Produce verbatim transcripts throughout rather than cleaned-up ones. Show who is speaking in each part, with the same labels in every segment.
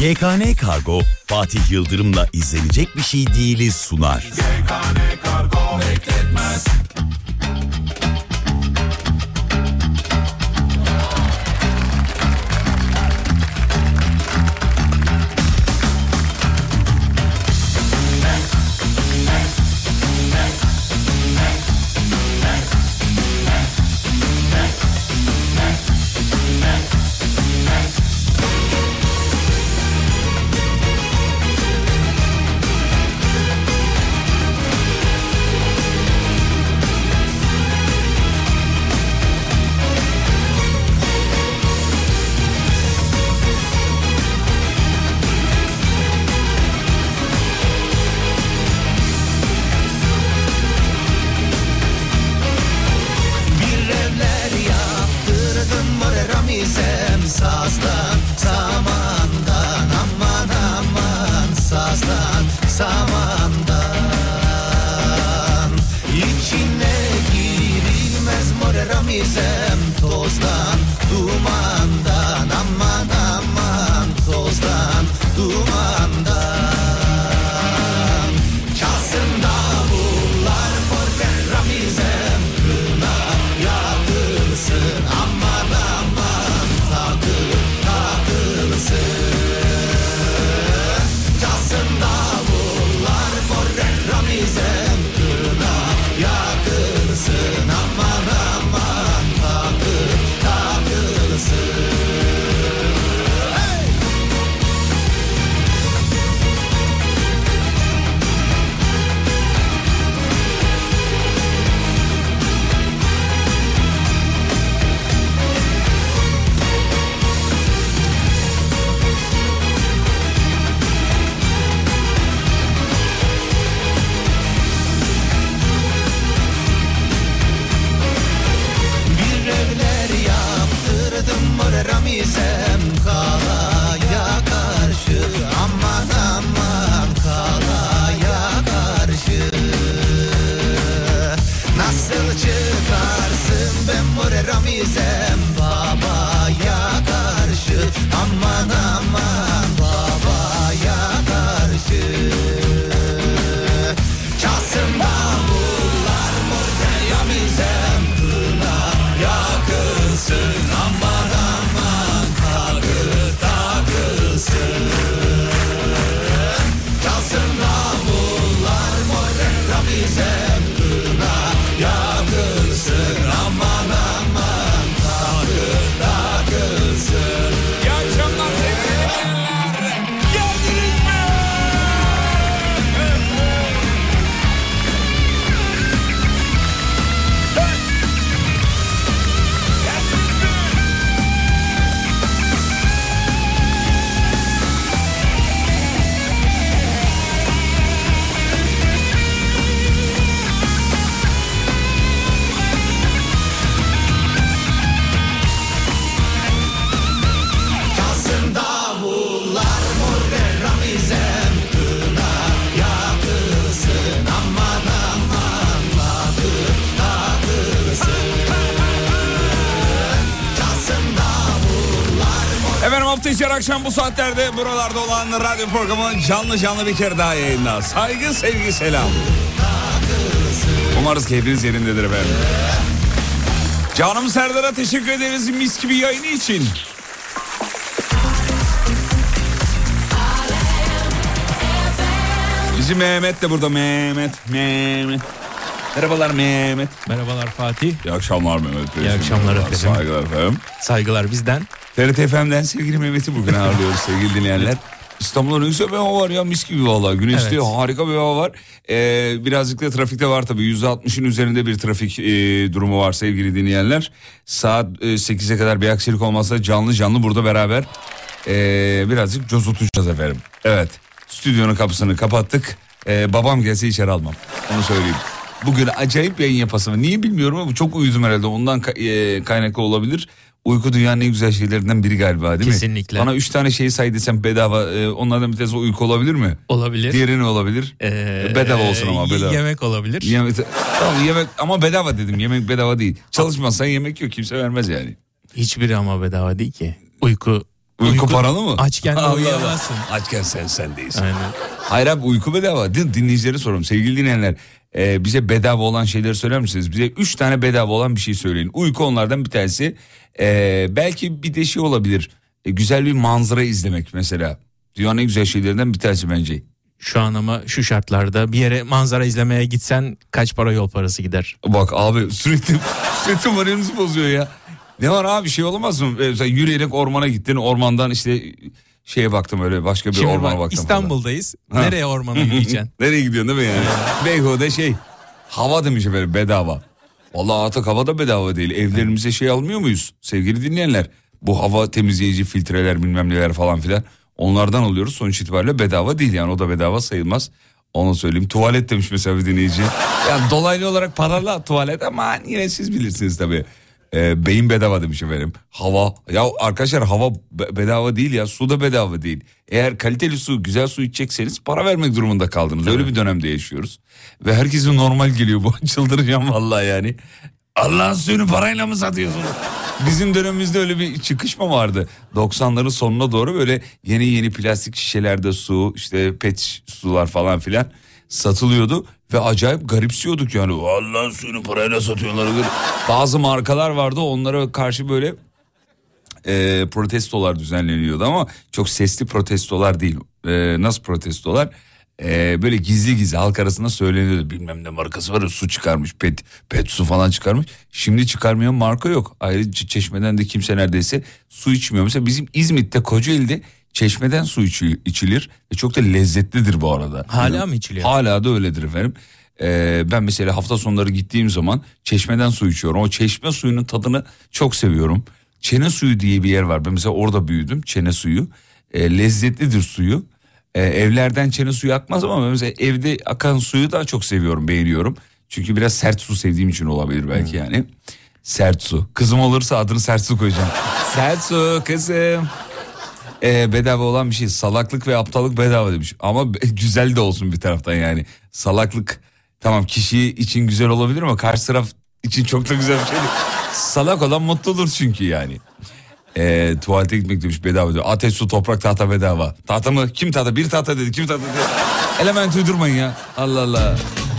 Speaker 1: G K N Kargo Fatih Yıldırım'la izlenecek bir şey değiliz sunar.
Speaker 2: G K N Kargo bekletmez.
Speaker 3: Her akşam bu saatlerde buralarda olan radyo programı canlı canlı bir kere daha yayında. Saygı, sevgi, selam. Umarız keyfiniz yerindedir efendim. Canım Serdar'a teşekkür ederiz mis gibi yayını için. Bizim Mehmet de burada. Mehmet, Mehmet. Merhabalar Mehmet.
Speaker 4: Merhabalar Fatih.
Speaker 3: İyi akşamlar Mehmet.
Speaker 4: İyi akşamlar efendim.
Speaker 3: Saygılar efendim.
Speaker 4: Saygılar bizden.
Speaker 3: T R T F M'den sevgili Mehmet'i bugün ağırlıyoruz sevgili dinleyenler. İstanbul'da ne güzel bir hava var ya, mis gibi vallahi. Güneşli evet. Harika bir hava var. Ee, birazcık da trafikte var tabii. yüzde altmışın üzerinde bir trafik e, durumu var sevgili dinleyenler. Saat e, sekize kadar bir aksilik olmazsa canlı canlı burada beraber e, birazcık cozutacağız efendim. Evet, stüdyonun kapısını kapattık. E, babam gelse içeri almam. Onu söyleyeyim. Bugün acayip yayın yapasım. Niye bilmiyorum ama çok uyudum herhalde. Ondan e, kaynaklı olabilir. Uyku dünyanın en güzel şeylerinden biri galiba, değil
Speaker 4: Kesinlikle. mi?
Speaker 3: Kesinlikle. Bana üç tane şeyi say desem bedava, e, onlardan bir tanesi uyku olabilir mi?
Speaker 4: Olabilir.
Speaker 3: Diğeri ne olabilir?
Speaker 4: Ee,
Speaker 3: bedava olsun ama bedava.
Speaker 4: Yemek olabilir.
Speaker 3: Yemek, tamam yemek ama bedava dedim, yemek bedava değil. Çalışmazsan yemek yok, kimse vermez yani.
Speaker 4: Hiçbiri ama bedava değil ki. Uyku
Speaker 3: Uyku,
Speaker 4: Uyku
Speaker 3: paralı mı?
Speaker 4: açken de
Speaker 3: Allah Allah.
Speaker 4: uyuyamazsın.
Speaker 3: Açken sen sen değilsin.
Speaker 4: Aynen.
Speaker 3: Hayır abi, uyku bedava. Din, dinleyicilere soruyorum. Sevgili dinleyenler, e, bize bedava olan şeyleri söyler misiniz? Bize üç tane bedava olan bir şey söyleyin. Uyku onlardan bir tanesi. E, belki bir de şey olabilir. E, güzel bir manzara izlemek mesela. Dünyanın en güzel şeylerinden bir tanesi bence.
Speaker 4: Şu an ama şu şartlarda bir yere manzara izlemeye gitsen kaç para yol parası gider?
Speaker 3: Bak abi, sürekli sürekli moralimizi bozuyor ya. Ne var abi, şey olamaz mı? Mesela yürüyerek ormana gittin, ormandan işte şeye baktım, öyle başka bir
Speaker 4: Şimdi
Speaker 3: ormana
Speaker 4: bak,
Speaker 3: baktım.
Speaker 4: İstanbul'dayız.
Speaker 3: Ha.
Speaker 4: Nereye ormana gideceksin?
Speaker 3: Nereye gidiyorsun değil mi yani? Beyhude şey, hava demiş böyle bedava. Vallahi artık hava da bedava değil. Evlerimize şey almıyor muyuz sevgili dinleyenler? Bu hava temizleyici filtreler bilmem neler falan filan. Onlardan alıyoruz, sonuç itibariyle bedava değil yani, o da bedava sayılmaz. Onu söyleyeyim. Tuvalet demiş mesela bir dinleyici. Yani dolaylı olarak paralı tuvalet ama yine siz bilirsiniz tabii. Ee, beyin bedava demiş efendim. Hava. Ya arkadaşlar, hava be- bedava değil ya. Su da bedava değil. Eğer kaliteli su, güzel su içecekseniz para vermek durumunda kaldınız. Öyle bir dönemde yaşıyoruz. Ve herkesin normal geliyor bu. Çıldıracağım vallahi yani. Allah'ın suyunu parayla mı satıyorsunuz? Bizim dönemimizde öyle bir çıkışma vardı. doksanların sonuna doğru böyle yeni yeni plastik şişelerde su, işte pet sular falan filan satılıyordu. Ve acayip garipsiyorduk yani. Allah'ın suyunu parayla satıyorlar. Bazı markalar vardı, onlara karşı böyle e, protestolar düzenleniyordu ama çok sesli protestolar değil. E, nasıl protestolar? E, böyle gizli gizli halk arasında söyleniyordu. Bilmem ne markası var ya, su çıkarmış, pet, pet su falan çıkarmış. Şimdi çıkarmayan marka yok. Ayrıca Çeşme'den de kimse neredeyse su içmiyor. Mesela bizim İzmit'te, Kocaeli'de Çeşmeden su içilir ve çok da lezzetlidir bu arada.
Speaker 4: Hala
Speaker 3: yani,
Speaker 4: mı içiliyor?
Speaker 3: Hala da öyledir efendim. Ee, ben mesela hafta sonları gittiğim zaman Çeşmeden su içiyorum. O çeşme suyunun tadını çok seviyorum. Çene suyu diye bir yer var. Ben mesela orada büyüdüm, çene suyu. Ee, lezzetlidir suyu. Ee, evlerden çene suyu akmaz ama mesela evde akan suyu daha çok seviyorum, beğeniyorum. Çünkü biraz sert su sevdiğim için olabilir belki hmm. yani. Sert su. Kızım olursa adını sert su koyacağım. Sert su kızım. Ee, bedava olan bir şey, salaklık ve aptallık bedava demiş ama güzel de olsun bir taraftan yani. Salaklık tamam, kişi için güzel olabilir ama karşı taraf için çok da güzel bir şey değil. Salak olan mutludur çünkü yani. Ee, tuvalete gitmek demiş bedava diyor. Ateş, su, toprak, tahta bedava. Tahta mı? Kim tahta? Bir tahta dedi, kim tahta dedi. Element uydurmayın ya, Allah Allah.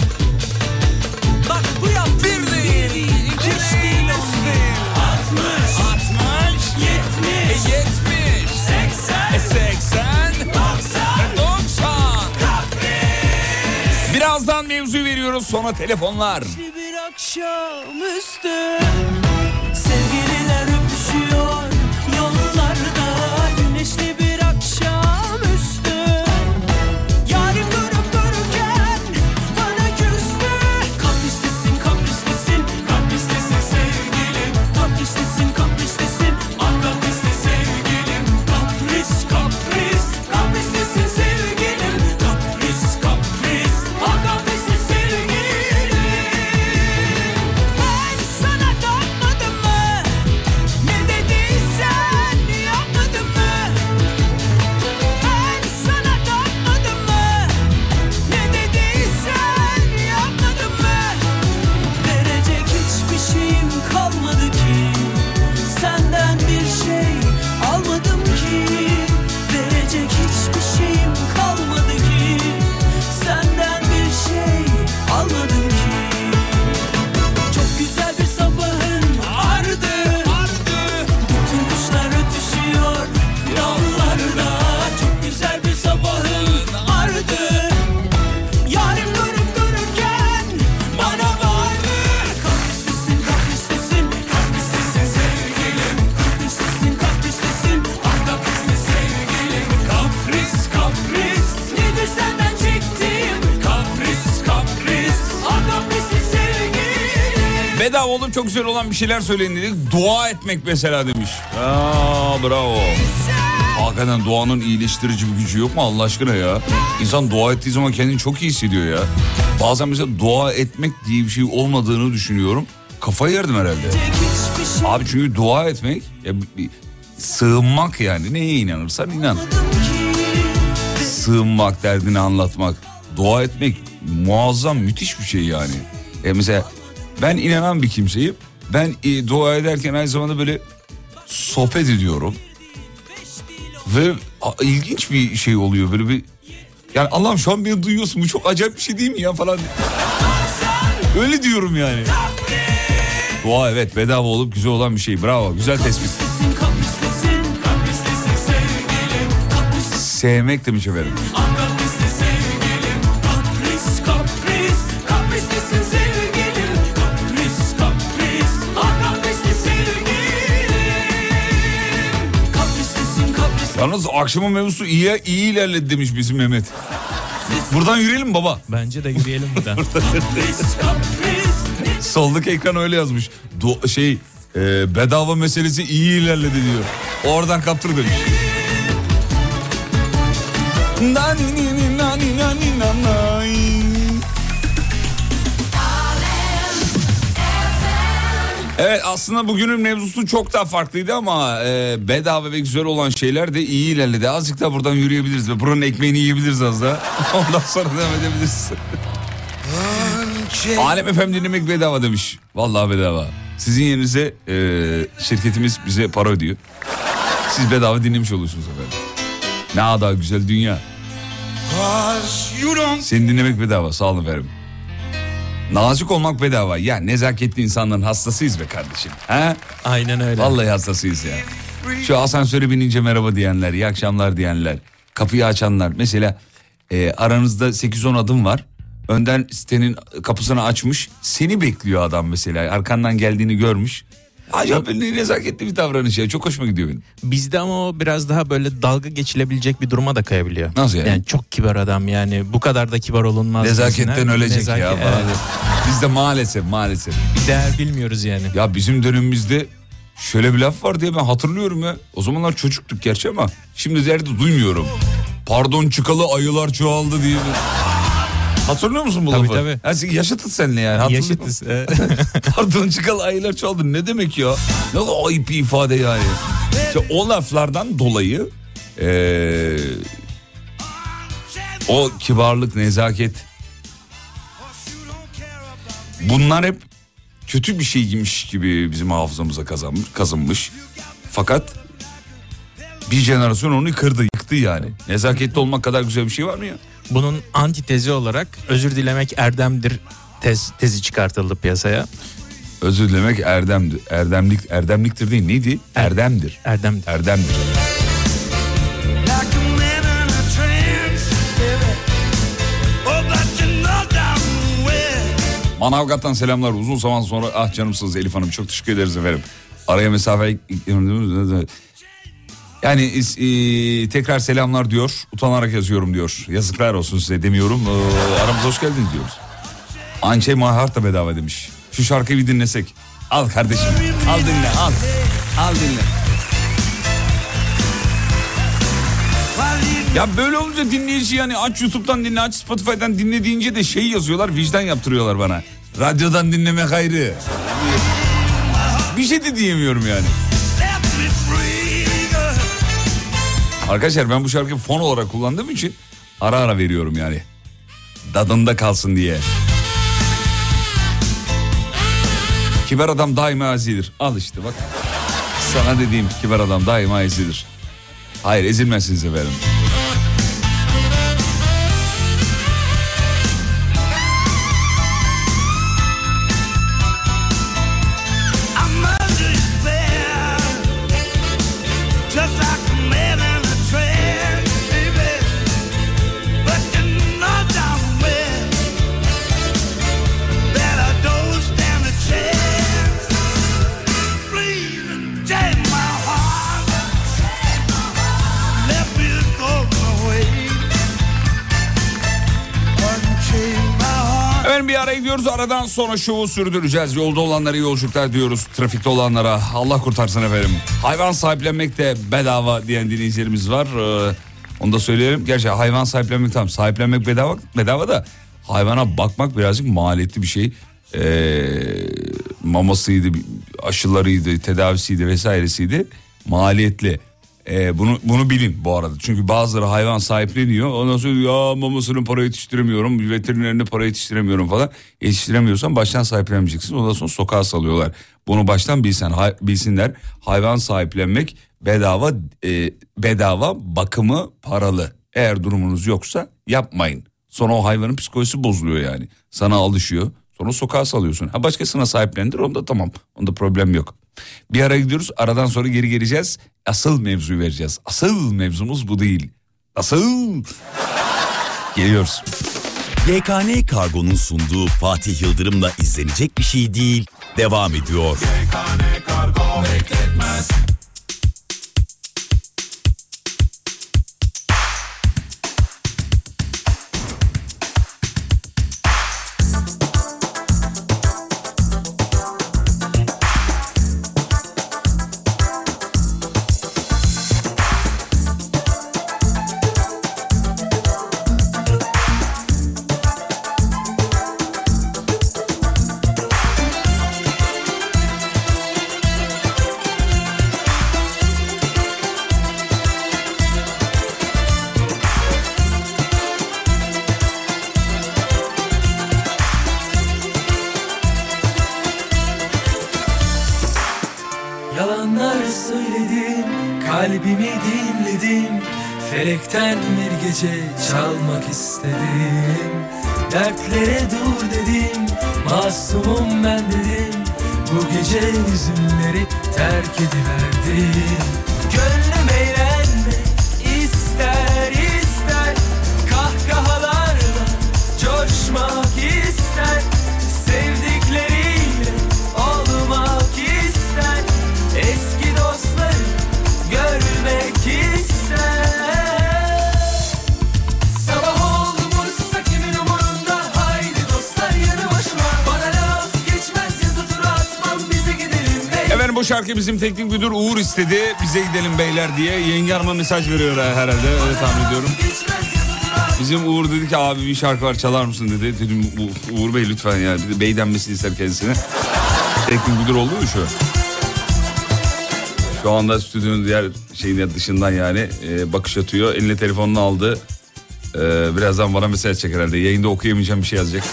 Speaker 2: Bak bu yap bir değil, iki değil, beş değil. Altmış, altmış, yetmiş, yetmiş, seksen, seksen, doksan, doksan. Kapris.
Speaker 3: Birazdan mevzuyu veriyoruz, sonra telefonlar.
Speaker 2: Bir akşamüstü sevgililer öpüşüyor yollarda, güneşli bir akşamüstü. Yarim durup dururken bana küstü. Kapristesin, kapristesin, kapristesin sevgilim. Kapristesin, kapristesin, akapristesin sevgilim. Kapris, kapris, kapristesin sevgilim. Kapris, kapris, akapristesin sevgilim. Ben sana takmadım mı? Ne dediysen yapmadım mı? Ben sana takmadım mı? Ne dediysen yapmadım mı? Verecek hiçbir şeyim kalmadı ki. Senden bir şey almadım ki. Verecek hiçbir şeyim kalmadı ki. Senden bir şey almadım ki. Çok güzel bir sabahın vardı. Bütün kuşlar ötüşüyor yollarda. Çok güzel bir sabahın vardı. Yarim durup dururken bana vardı. Kapristesin, kapristesin, kapristesin sevgilim. Kapristesin, kapristesin, ah kapristesin sevgilim. Kapris, kapris, nedir senden çektiğim? Kapris, kapris, ah kapristesin sevgilim.
Speaker 3: Bedava olup çok güzel olan bir şeyler söyleyin dedik. Dua etmek mesela demiş. Aa, bravo. Hakikaten duanın iyileştirici bir gücü yok mu Allah aşkına ya? İnsan dua ettiği zaman kendini çok iyi hissediyor ya. Bazen mesela dua etmek diye bir şey olmadığını düşünüyorum. Kafayı yerdim herhalde.
Speaker 2: Hiçbir şey
Speaker 3: Abi çünkü dua etmek ya bir, bir sığınmak yani. Neye inanırsan inan.
Speaker 2: almadım ki.
Speaker 3: Sığınmak, derdini anlatmak, dua etmek muazzam, müthiş bir şey yani. E mesela ben inanan bir kimseyim. Ben e, dua ederken aynı zamanda böyle sohbet ediyorum. Ve a, ilginç bir şey oluyor böyle bir. Yani Allah'ım şu an beni duyuyorsun, bu çok acayip bir şey değil mi ya falan. Öyle diyorum yani. Dua evet bedava olup güzel olan bir şey. Bravo, güzel tespit. Sevmek demiş efendim. Yalnız akşamın mevzusu iyi, iyi ilerledi demiş bizim Mehmet. Buradan yürüyelim baba.
Speaker 4: Bence de yürüyelim buradan.
Speaker 3: Soldaki ekran öyle yazmış. Do- şey e, bedava meselesi iyi ilerledi diyor. Oradan kaptır demiş. Evet, aslında bugünün mevzusu çok daha farklıydı ama e, bedava ve güzel olan şeyler de iyi ilerledi. Azıcık da buradan yürüyebiliriz ve buranın ekmeğini yiyebiliriz az da. Ondan sonra devam edebiliriz. Alem F M dinlemek bedava demiş. Vallahi bedava. Sizin yerinize e, şirketimiz bize para ödüyor. Siz bedava dinlemiş oluyorsunuz efendim. Ne kadar güzel dünya. Seni dinlemek bedava, sağ olun efendim. Nazik olmak bedava. Ya nezaketli insanların hastasıyız be kardeşim. He?
Speaker 4: Aynen öyle.
Speaker 3: Vallahi hastasıyız ya. Şu asansöre binince merhaba diyenler, iyi akşamlar diyenler, kapıyı açanlar. Mesela e, aranızda sekiz on adım var. Önden sitenin kapısını açmış. Seni bekliyor adam mesela. Arkandan geldiğini görmüş. Acayip bir nezaketli bir davranış ya. Çok hoşuma gidiyor benim.
Speaker 4: Bizde ama o biraz daha böyle dalga geçilebilecek bir duruma da kayabiliyor.
Speaker 3: Nasıl yani?
Speaker 4: Yani çok kibar adam yani. Bu kadar da kibar olunmaz.
Speaker 3: Nezaketten
Speaker 4: bizine.
Speaker 3: ölecek
Speaker 4: Nezaket,
Speaker 3: ya falan.
Speaker 4: evet.
Speaker 3: Bizde maalesef maalesef.
Speaker 4: Bir değer bilmiyoruz yani.
Speaker 3: Ya bizim dönemimizde şöyle bir laf var diye ben hatırlıyorum ya. O zamanlar çocuktuk gerçi ama şimdi derdi duymuyorum. Pardon çıkalı ayılar çoğaldı diye. Hatırlıyor musun bu
Speaker 4: Tabii,
Speaker 3: lafı?
Speaker 4: tabii.
Speaker 3: Yani yaşıtız seninle yani.
Speaker 4: Yaşıtız.
Speaker 3: Pardon çıkalı ayılar çoğaldı. Ne demek ya? Ne kadar ayıp bir ifade yani. İşte o laflardan dolayı ee, o kibarlık, nezaket, bunlar hep kötü bir şeymiş gibi bizim hafızamıza kazanmış, kazınmış. Fakat bir jenerasyon onu kırdı, yıktı yani. Nezaketli olmak kadar güzel bir şey var mı ya?
Speaker 4: Bunun antitezi olarak özür dilemek erdemdir tez, tezi çıkartıldı piyasaya.
Speaker 3: Özür dilemek erdemdir. Erdemlik, erdemliktir değil, neydi? Erdemdir.
Speaker 4: Erdemdir.
Speaker 3: Erdemdir. Manavgat'tan selamlar. Uzun zaman sonra ah canımsınız Elif Hanım. Çok teşekkür ederiz efendim. Araya mesafe... Yani e, tekrar selamlar diyor. Utanarak yazıyorum diyor. Yazıklar olsun size demiyorum. E, aramıza hoş geldiniz diyoruz. Ançey Mahart da bedava demiş. Şu şarkıyı bir dinlesek. Al kardeşim. Al dinle al. Al dinle. Ya böyle olunca dinleyici yani aç YouTube'dan dinle, aç Spotify'dan dinle deyince de şey yazıyorlar, vicdan yaptırıyorlar bana. Radyodan dinlemek ayrı. Bir şey de diyemiyorum yani. Arkadaşlar ben bu şarkıyı fon olarak kullandığım için ara ara veriyorum yani. Dadında kalsın diye. Kibar adam daima azidir. Al işte bak. Sana dediğim kibar adam daima azidir. Hayır ezilmezsiniz efendim. Bir ara gidiyoruz, aradan sonra şovu sürdüreceğiz. Yolda olanlara yolculuklar diyoruz, trafikte olanlara Allah kurtarsın efendim. Hayvan sahiplenmek de bedava diyen dinleyicilerimiz var. Ee, onu da söyleyelim. Gerçi hayvan sahiplenmek tamam, sahiplenmek bedava bedava da hayvana bakmak birazcık maliyetli bir şey. Ee, mamasıydı, aşılarıydı, tedavisiydi vesairesiydi. Maliyetli. Ee, bunu bunu bilin bu arada. Çünkü bazıları hayvan sahipleniyor. Ondan sonra ya mamasının para yetiştiremiyorum, veterinerine para yetiştiremiyorum falan. Yetiştiremiyorsan baştan sahiplenmeyeceksin. Ondan sonra sokağa salıyorlar. Bunu baştan bilsen, hay, bilsinler. Hayvan sahiplenmek bedava e, bedava bakımı paralı. Eğer durumunuz yoksa yapmayın. Sonra o hayvanın psikolojisi bozuluyor yani. Sana alışıyor. Sonra sokağa salıyorsun. Ha başkasına sahiplendir, onda tamam. Onda problem yok. Bir ara gidiyoruz. Aradan sonra geri geleceğiz. Asıl mevzuyu vereceğiz. Asıl mevzumuz bu değil. Asıl. Geliyoruz.
Speaker 1: Y K N Kargo'nun sunduğu Fatih Yıldırım'la izlenecek bir şey değil. Devam ediyor.
Speaker 5: Y K N Kargo bekletmez.
Speaker 2: Yalanlar söyledim, kalbimi dinledim. Felekten bir gece çalmak istedim. Dertlere dur dedim, masumum ben dedim. Bu gece hüzünleri terk ediverdim. Gönlüm eğlenmek ister ister, kahkahalarla coşmak ister. Sevdikleriyle olmak ister, eski dostları görmek ister. Sabah olmuşsa kimin umurunda, haydi dostlar yanı başıma. Bana laf geçmez, yazı tura atmam, bize gidelim beyler.
Speaker 3: Efendim bu şarkı bizim teknik müdür Uğur istedi. Bize gidelim beyler diye. Yenge hanıma mesaj veriyor herhalde. Öyle tahmin ediyorum. Bizim Uğur dedi ki abi bir şarkı var çalar mısın dedi. Dedim Uğur Bey lütfen ya. Bir de bey denmesini ister kendisine. Teknik müdür oldu mu şu? Şu anda stüdyonun diğer şeyin dışından yani e, bakış atıyor. Eline telefonunu aldı. E, birazdan bana mesaj çeker herhalde. Yayında okuyamayacağım bir şey yazacak.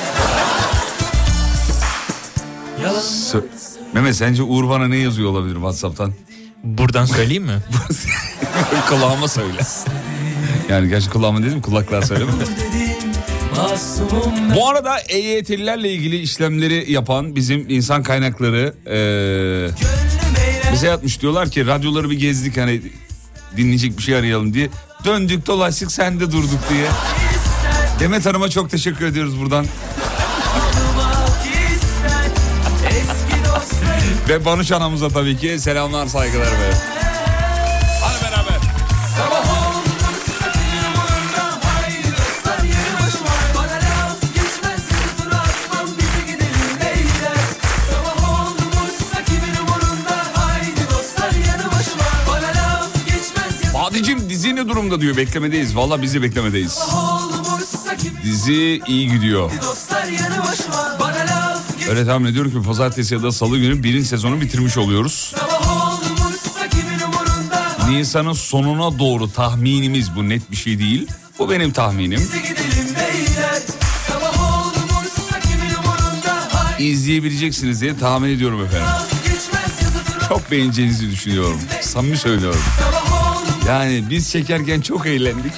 Speaker 3: Sö- Mehmet sence Uğur bana ne yazıyor olabilir WhatsApp'tan?
Speaker 4: Buradan söyleyeyim mi?
Speaker 3: Kulağıma söyle. Yani gerçi kulağıma dedim, kulaklığa söyleme. Bu arada E Y T'lilerle ilgili işlemleri yapan bizim insan kaynakları ee, bize yatmış, diyorlar ki radyoları bir gezdik hani dinleyecek bir şey arayalım diye. Döndük dolaştık sende durduk diye. Demet Hanım'a çok teşekkür ediyoruz buradan. Ve Banuş Hanım'ıza tabii ki selamlar saygılar be. Hadi beraber. Fatih'cim dizi ne durumda diyor, beklemedeyiz. Valla biz de beklemedeyiz. Dizi iyi gidiyor. Öyle tahmin ediyorum ki pazartesi ya da salı günü birinci sezonu bitirmiş oluyoruz. Nisan'ın sonuna doğru tahminimiz, bu net bir şey değil. Bu benim tahminim. İzleyebileceksiniz diye tahmin ediyorum efendim. Çok beğeneceğinizi düşünüyorum. Samimi söylüyorum. Yani biz çekerken çok eğlendik.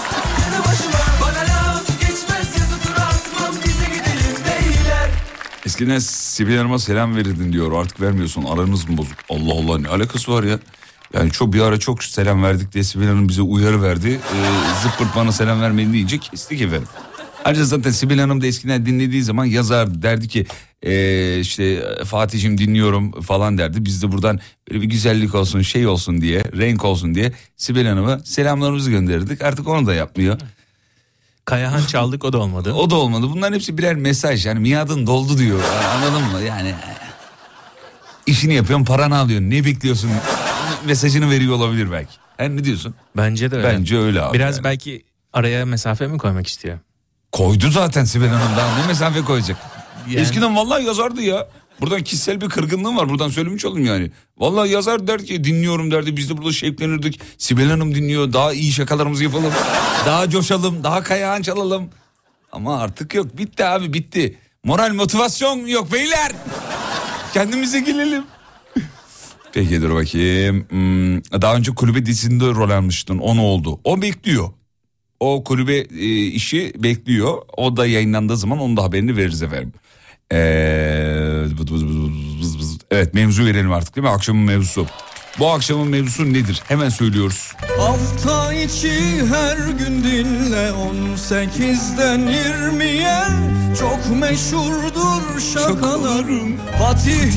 Speaker 3: Eskiden Sibel Hanım'a selam verirdin diyor. Artık vermiyorsun. Aranız mı bozuk? Allah Allah, ne alakası var ya? Yani çok bir ara çok selam verdik diye Sibel Hanım bize uyarı verdi. Ee, zıppırt bana selam vermeyin deyince kestik efendim. Ayrıca zaten Sibel Hanım da eskiden dinlediği zaman yazardı. Derdi ki ee, işte Fatih'im dinliyorum falan derdi. Biz de buradan böyle bir güzellik olsun, şey olsun diye, renk olsun diye Sibel Hanım'a selamlarımızı gönderirdik. Artık onu da yapmıyor.
Speaker 4: Kayahan çaldık, o da olmadı.
Speaker 3: O da olmadı. Bunların hepsi birer mesaj. Yani miadın doldu diyor. Anladın mı? Yani işini yapıyorsun, paranı alıyorsun. Ne bekliyorsun? Mesajını veriyor olabilir belki. Yani ne diyorsun?
Speaker 4: Bence de öyle.
Speaker 3: Bence öyle abi.
Speaker 4: Biraz
Speaker 3: yani.
Speaker 4: Belki araya mesafe mi koymak istiyor?
Speaker 3: Koydu zaten Sibel Hanım, daha ne mesafe koyacak?
Speaker 4: Yani...
Speaker 3: Eskiden vallahi yazardı ya. Buradan kişisel bir kırgınlığım var. Buradan söylemiş oldum yani. Vallahi yazar der ki dinliyorum derdi. Biz de burada şevklenirdik. Sibel Hanım dinliyor. Daha iyi şakalarımızı yapalım. Daha coşalım. Daha Kayahan çalalım. Ama artık yok. Bitti abi, bitti. Moral motivasyon yok beyler. Kendimize gelelim. Peki dur bakayım. Hmm, daha önce kulübe dizisinde rol almıştın. O ne oldu? O bekliyor. O kulübe e, işi bekliyor. O da yayınlandığı zaman onun da haberini veririz efendim. Ee, evet, mevzu verelim artık değil mi? Akşamın mevzusu. Bu akşamın mevzusu nedir? Hemen söylüyoruz.
Speaker 6: Hafta içi her gün dinle on sekizden yirmiye çok meşhurdur şakalarım Fatih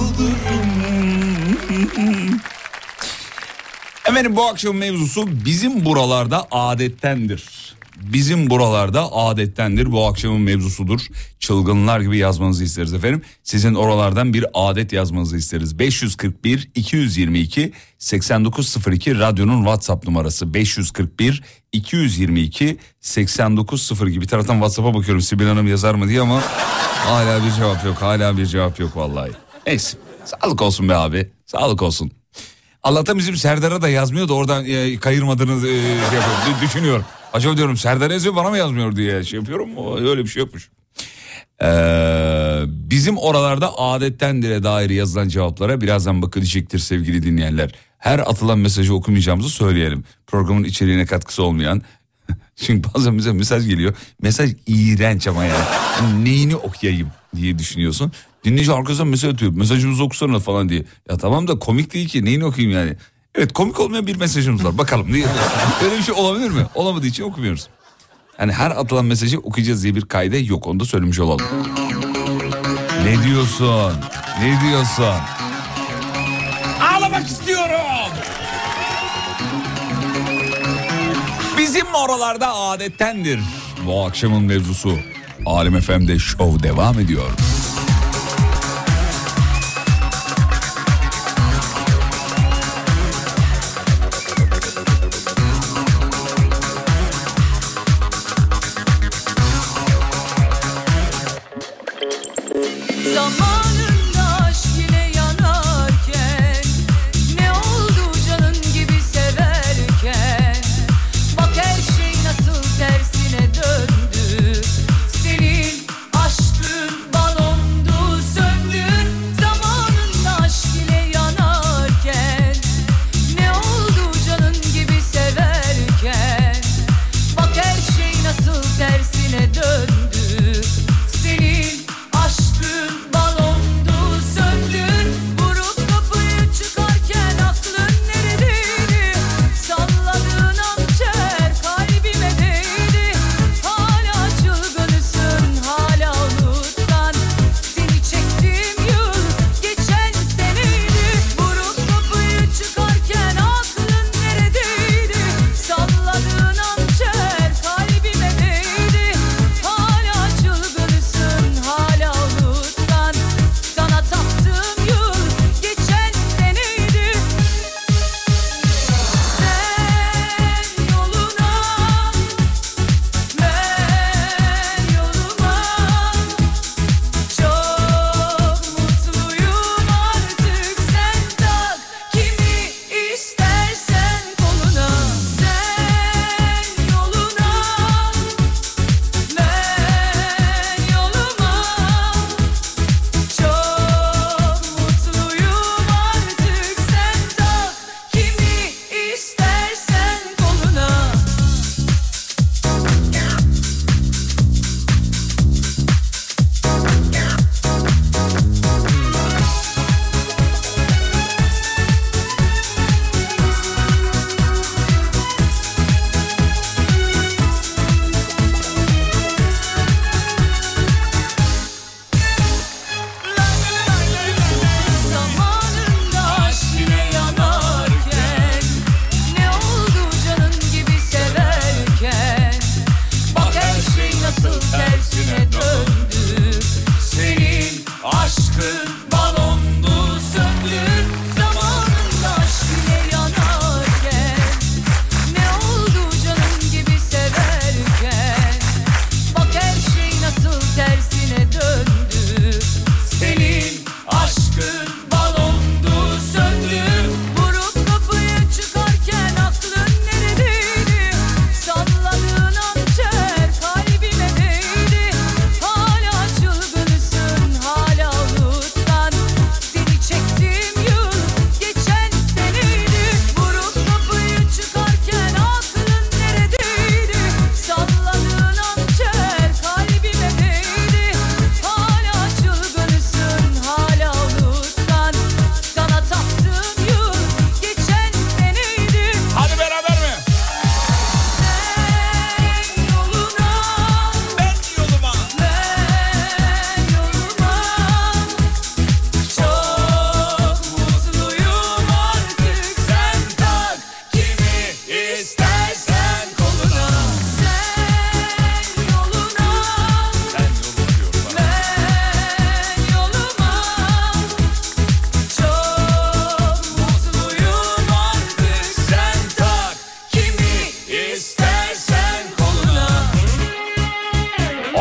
Speaker 6: Yıldırım.
Speaker 3: Efendim bu akşamın mevzusu bizim buralarda adettendir. Bizim buralarda adettendir, bu akşamın mevzusudur. Çılgınlar gibi yazmanızı isteriz efendim. Sizin oralardan bir adet yazmanızı isteriz. beş yüz kırk bir iki yüz yirmi iki seksen dokuz sıfır iki radyonun WhatsApp numarası. beş yüz kırk bir iki yüz yirmi iki seksen dokuz sıfır iki. Bir taraftan WhatsApp'a bakıyorum Sibel Hanım yazar mı diye ama hala bir cevap yok. Hala bir cevap yok vallahi. Neyse, sağlık olsun be abi, sağlık olsun. Allah'tan bizim Serdar'a da yazmıyor da oradan e, kayırmadığını e, şey yapıyorum, düşünüyorum. Acaba diyorum Serdar yazıyor bana mı yazmıyor diye şey yapıyorum. Öyle bir şey yokmuş. Ee, bizim oralarda adettendir'e dair yazılan cevaplara birazdan bakılacaktır sevgili dinleyenler. Her atılan mesajı okumayacağımızı söyleyelim. Programın içeriğine katkısı olmayan. Çünkü bazen bize mesaj geliyor. Mesaj iğrenç ama yani. yani neyini okuyayım diye düşünüyorsun. Dinleyici arkasından mesaj atıyor. Mesajımızı okusana falan diye. Ya tamam da komik değil ki, neyini okuyayım yani. Evet, komik olmayan bir mesajımız var. Bakalım. Öyle bir şey olabilir mi? Olamadığı için okumuyoruz. Yani her atılan mesajı okuyacağız diye bir kaide yok. Onu da söylemiş olalım. Ne diyorsun? Ne diyorsun? Ağlamak istiyorum. Bizim oralarda adettendir. Bu akşamın mevzusu. Alem F M'de şov devam ediyor.
Speaker 7: Zamanında aşk yine yanarken, ne oldu canın gibi severken, bak her şey nasıl tersine döndü. Senin aşkın balon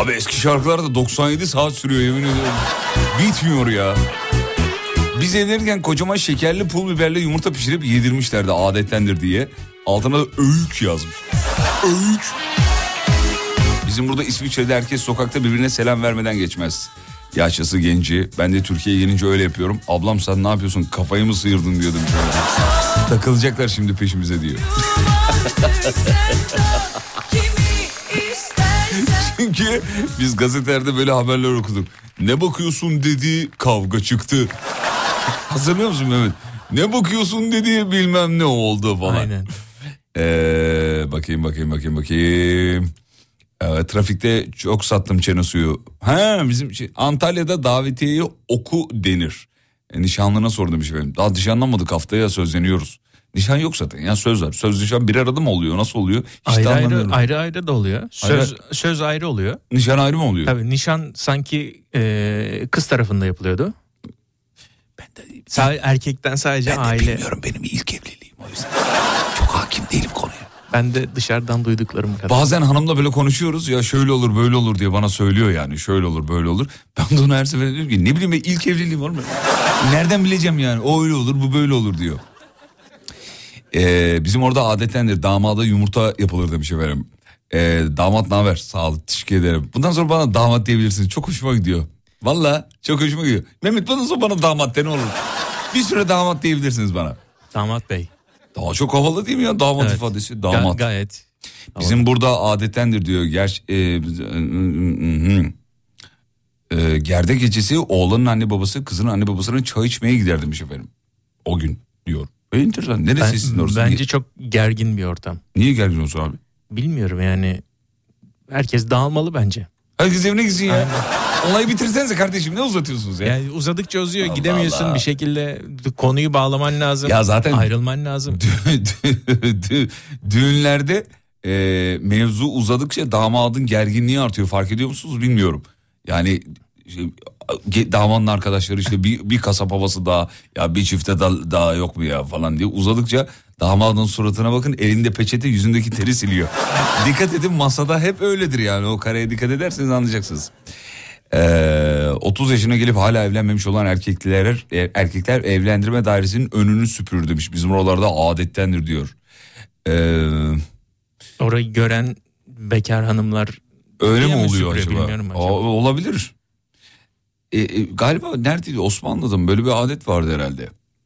Speaker 3: Abi eski şarkılar da doksan yedi saat sürüyor yemin ediyorum. Bitmiyor ya. Biz evlenirken kocaman şekerli pul biberli yumurta pişirip yedirmişlerdi adettendir diye. Altına da öğük yazmış. Öğük. Bizim burada İsviçre'de herkes sokakta birbirine selam vermeden geçmez. Yaşlısı genci. Ben de Türkiye'ye gelince öyle yapıyorum. Ablam sen ne yapıyorsun kafayı mı sıyırdın diyordum. Takılacaklar şimdi peşimize diyor. Çünkü biz gazetelerde böyle haberler okuduk. Ne bakıyorsun dedi kavga çıktı. Hatırlıyor musun Mehmet? Ne bakıyorsun dedi bilmem ne oldu falan.
Speaker 4: Aynen.
Speaker 3: Ee, bakayım bakayım bakayım bakayım. Evet, trafikte çok sattım çene suyu. Ha bizim şey, Antalya'da davetiyeyi oku denir. E, nişanlına sor demiş efendim. Daha nişanlanmadık haftaya sözleniyoruz. Nişan yok zaten ya söz var. Söz nişan bir arada mı oluyor nasıl oluyor? Hiç
Speaker 4: ayrı ayrı, ayrı ayrı da oluyor. Söz,
Speaker 3: ayrı.
Speaker 4: söz ayrı oluyor.
Speaker 3: Nişan ayrı mı oluyor?
Speaker 4: Tabii nişan sanki e, kız tarafında yapılıyordu.
Speaker 3: Ben de
Speaker 4: Sa- erkekten sadece
Speaker 3: ben de
Speaker 4: aile.
Speaker 3: bilmiyorum benim ilk evliliğim o yüzden. Çok hakim değilim konuya.
Speaker 4: Ben de dışarıdan duyduklarım kadar.
Speaker 3: Bazen hanımla böyle konuşuyoruz ya şöyle olur böyle olur diye bana söylüyor yani şöyle olur böyle olur. Ben de ona her seferinde diyorum ki ne bileyim ben ilk evliliğim var mı? Nereden bileceğim yani o öyle olur bu böyle olur diyor. Ee, bizim orada adettendir damada yumurta yapılır demiş efendim. Ee, damat ne haber? Sağ ol teşekkür ederim. Bundan sonra bana damat diyebilirsiniz çok hoşuma gidiyor. Valla çok hoşuma gidiyor. Mehmet bundan sonra bana damat de ne olur? Bir süre damat diyebilirsiniz bana.
Speaker 4: Damat bey.
Speaker 3: Daha çok havalı değil mi ya damat
Speaker 4: Evet.
Speaker 3: ifadesi damat.
Speaker 4: Ga- gayet.
Speaker 3: Bizim havalı. Burada adettendir diyor. Ger e, e, gerde gecesi oğlanın anne babası kızın anne babasının çay içmeye gider demiş efendim. O gün diyor. E, enteresan. Neresi sizin orası?
Speaker 4: Bence
Speaker 3: Niye?
Speaker 4: çok gergin bir ortam.
Speaker 3: Niye gergin olsun abi?
Speaker 4: Bilmiyorum yani. Herkes dağılmalı bence.
Speaker 3: Herkes evine gitsin ya. Olayı bitirsenize kardeşim ne uzatıyorsunuz ya?
Speaker 4: Yani uzadıkça uzuyor
Speaker 3: Allah
Speaker 4: gidemiyorsun
Speaker 3: Allah.
Speaker 4: bir şekilde konuyu bağlaman lazım.
Speaker 3: Ya zaten
Speaker 4: ayrılman lazım.
Speaker 3: Dü- dü- dü- düğünlerde e, mevzu uzadıkça damadın gerginliği artıyor fark ediyor musunuz bilmiyorum. Yani şey, damadın arkadaşları işte bir, bir kasap havası daha ya bir çifte daha, daha yok mu ya falan diye uzadıkça damadın suratına bakın elinde peçete yüzündeki teri siliyor. Dikkat edin masada hep öyledir yani o kareye dikkat ederseniz anlayacaksınız. Ee, otuz yaşına gelip hala evlenmemiş olan erkekler erkekler evlendirme dairesinin önünü süpürür demiş. Bizim oralarda adettendir diyor. Ee,
Speaker 4: Orayı gören bekar hanımlar
Speaker 3: öyle mi
Speaker 4: mi
Speaker 3: oluyor
Speaker 4: süpürüyor,
Speaker 3: acaba?
Speaker 4: bilmiyorum acaba.
Speaker 3: O, olabilir. Ee, e, galiba neredeydi Osmanlı'da mı böyle bir adet vardı herhalde.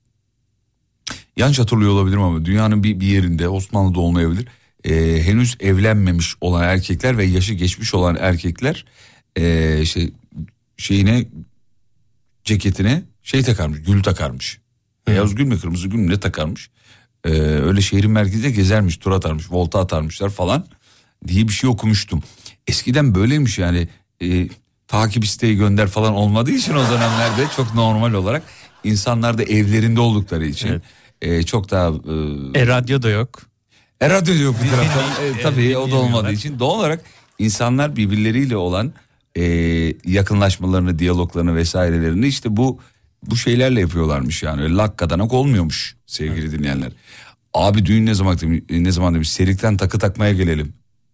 Speaker 3: Yanlış hatırlıyor olabilirim ama dünyanın bir, bir yerinde Osmanlı'da olmayabilir. Ee, henüz evlenmemiş olan erkekler ve yaşı geçmiş olan erkekler Ee, işte şeyine ceketine şey takarmış gül takarmış. Beyaz gül mü kırmızı gül mü ne takarmış. Ee, öyle şehrin merkezinde gezermiş tur atarmış volta atarmışlar falan diye bir şey okumuştum. Eskiden böyleymiş yani e, takip isteği gönder falan olmadığı için o dönemlerde çok normal olarak insanlar da evlerinde oldukları için evet. e, çok daha... E,
Speaker 4: e radyo da yok.
Speaker 3: E radyo yok bir taraftan e, tabii o da olmadığı için doğal olarak insanlar birbirleriyle olan e, yakınlaşmalarını, diyaloglarını vesairelerini işte bu bu şeylerle yapıyorlarmış yani. Öyle lakkadanak olmuyormuş sevgili evet. dinleyenler. Abi düğün ne zaman ne zaman demiş serikten takı takmaya gelelim.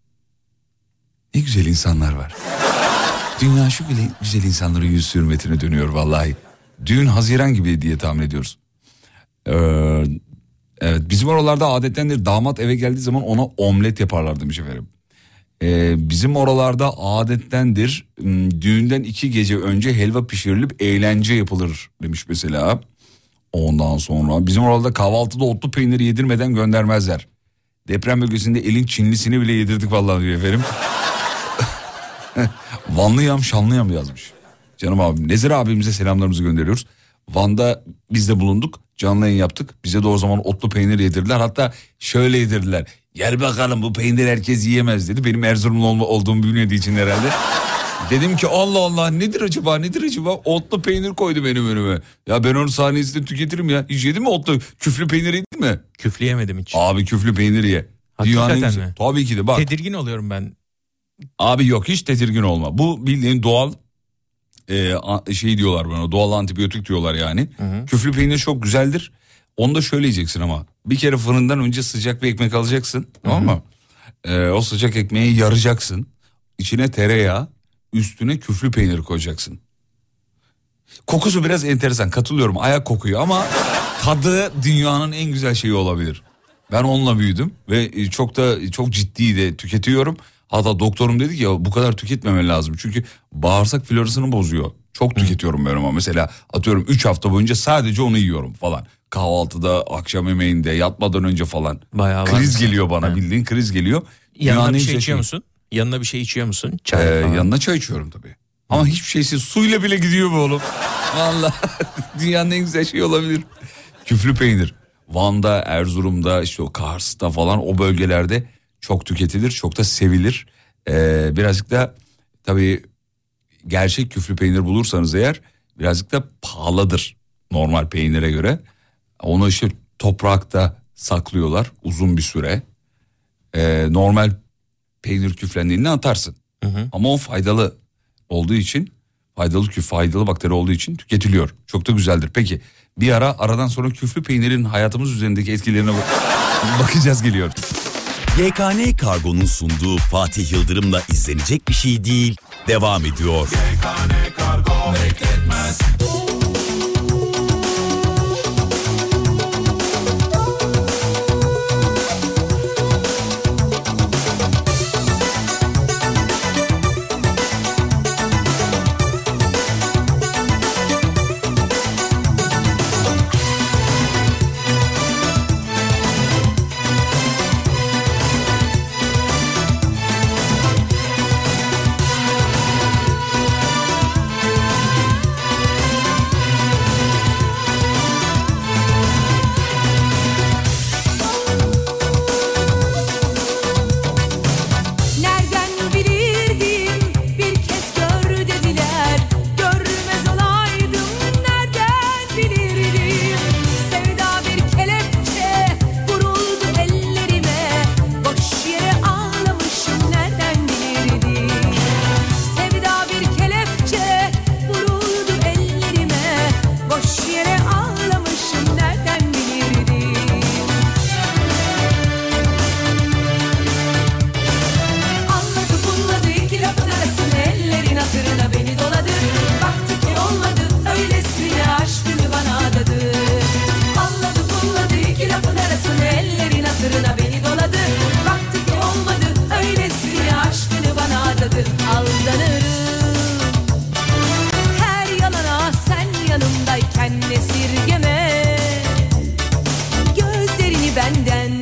Speaker 3: Ne güzel insanlar var. Dünya şu bile güzel insanların yüz hürmetine dönüyor vallahi. Düğün Haziran gibi diye tahmin ediyoruz. Ee, evet bizim oralarda adettendir damat eve geldiği zaman ona omlet yaparlar demiş efendim. Ee, bizim oralarda adettendir düğünden iki gece önce helva pişirilip eğlence yapılır demiş mesela. Ondan sonra bizim oralarda kahvaltıda otlu peyniri yedirmeden göndermezler. Deprem bölgesinde elin Çinlisini bile yedirdik vallahi diyor efendim. Vanlıyam Şanlıyam yazmış. Canım abim Nezir abimize selamlarımızı gönderiyoruz. Van'da biz de bulunduk. Canlı yayın yaptık. Bize de o zaman otlu peynir yedirdiler. Hatta şöyle yedirdiler. Gel bakalım bu peynir herkes yiyemez dedi. Benim Erzurumlu olma, olduğumu bilmediği için herhalde. Dedim ki Allah Allah nedir acaba nedir acaba? Otlu peynir koydu benim önüme. Ya ben onun saniyesinde tüketirim ya. Hiç yedin mi otlu? Küflü peynir yedin mi?
Speaker 4: Küflü yemedim hiç.
Speaker 3: Abi küflü peynir ye.
Speaker 4: Hakikaten mi?
Speaker 3: Tabii ki de bak.
Speaker 4: Tedirgin oluyorum ben.
Speaker 3: Abi yok hiç tedirgin olma. Bu bildiğin doğal e, şey diyorlar bana doğal antibiyotik diyorlar yani. Hı hı. Küflü peynir çok güzeldir. Onu da şöyle yiyeceksin ama. Bir kere fırından önce sıcak bir ekmek alacaksın. Tamam mı? E, o sıcak ekmeği yaracaksın. İçine tereyağı üstüne küflü peynir koyacaksın. Kokusu biraz enteresan, katılıyorum, ayak kokuyor ama tadı dünyanın en güzel şeyi olabilir. Ben onunla büyüdüm ve çok da çok ciddi de tüketiyorum. Hatta doktorum dedi ki ya bu kadar tüketmemen lazım. Çünkü bağırsak florasını bozuyor. Çok tüketiyorum ben ama mesela atıyorum üç hafta boyunca sadece onu yiyorum falan. Kahvaltıda, akşam yemeğinde, yatmadan önce falan.
Speaker 4: Bayağı
Speaker 3: kriz
Speaker 4: var.
Speaker 3: geliyor bana,
Speaker 4: Evet.
Speaker 3: bildiğin kriz geliyor.
Speaker 4: Yanına
Speaker 3: Dünyanın
Speaker 4: bir
Speaker 3: en
Speaker 4: şey
Speaker 3: güzel
Speaker 4: içiyor
Speaker 3: şeyi.
Speaker 4: musun? Yanına bir şey içiyor musun? Çay
Speaker 3: Ee,
Speaker 4: falan.
Speaker 3: yanına çay içiyorum tabii. Ama hiçbir şeysiz suyla bile gidiyor bu oğlum. Vallahi dünyanın en güzel şeyi olabilir. Küflü peynir. Van'da, Erzurum'da, işte o Kars'ta falan o bölgelerde çok tüketilir, çok da sevilir. Ee, birazcık da tabii gerçek küflü peynir bulursanız eğer birazcık da pahalıdır normal peynire göre. Onu işte toprakta saklıyorlar uzun bir süre. Ee, normal peynir küflendiğinde atarsın.
Speaker 4: Hı hı.
Speaker 3: Ama o faydalı olduğu için, faydalı küf, faydalı bakteri olduğu için tüketiliyor. Çok da güzeldir. Peki bir ara aradan sonra küflü peynirin hayatımız üzerindeki etkilerine bakacağız, geliyor.
Speaker 1: Y K N Kargo'nun sunduğu Fatih Yıldırım'la izlenecek bir şey değil devam ediyor.
Speaker 5: Y K N Kargo bekletmez.
Speaker 7: Nereden bilirdim bir kez gör dediler. Görmez olaydım nereden bilirdim. Sevda bir kelepçe vuruldu ellerime. Boş yere ağlamışım nereden bilirdim. Sevda bir kelepçe vuruldu ellerime. Boş yere ağlamışım nereden bilirdim. Anladı bunladı iki lafın arasında ellerin hatırına beni doladı. Baktı ki olmadı öylesine aşkını bana adadı. Anladı bunladı iki lafın arasında ellerin hatırına beni doladı. Baktı ki olmadı öylesine aşkını bana adadı. Aldanırım her yalana sen yanımdayken esirgeme gözlerini benden.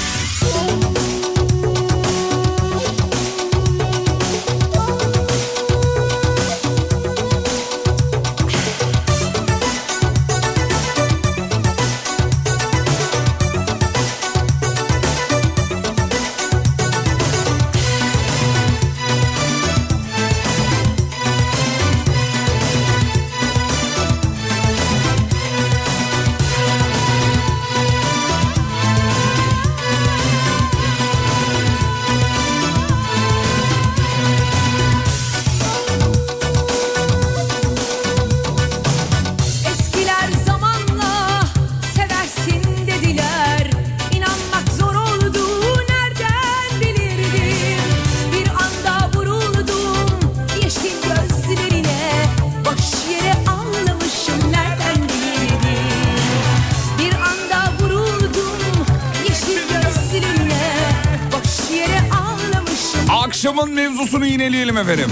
Speaker 7: Eskiler zamanla seversin dediler. İnanmak zor oldu nereden bilirdim. Bir anda vuruldum yeşil gözlerine. Boş yere ağlamışım nereden bilirdim. Bir anda vuruldum yeşil gözlerine. Boş yere ağlamışım.
Speaker 3: Akşamın mevzusunu yineleyelim efendim.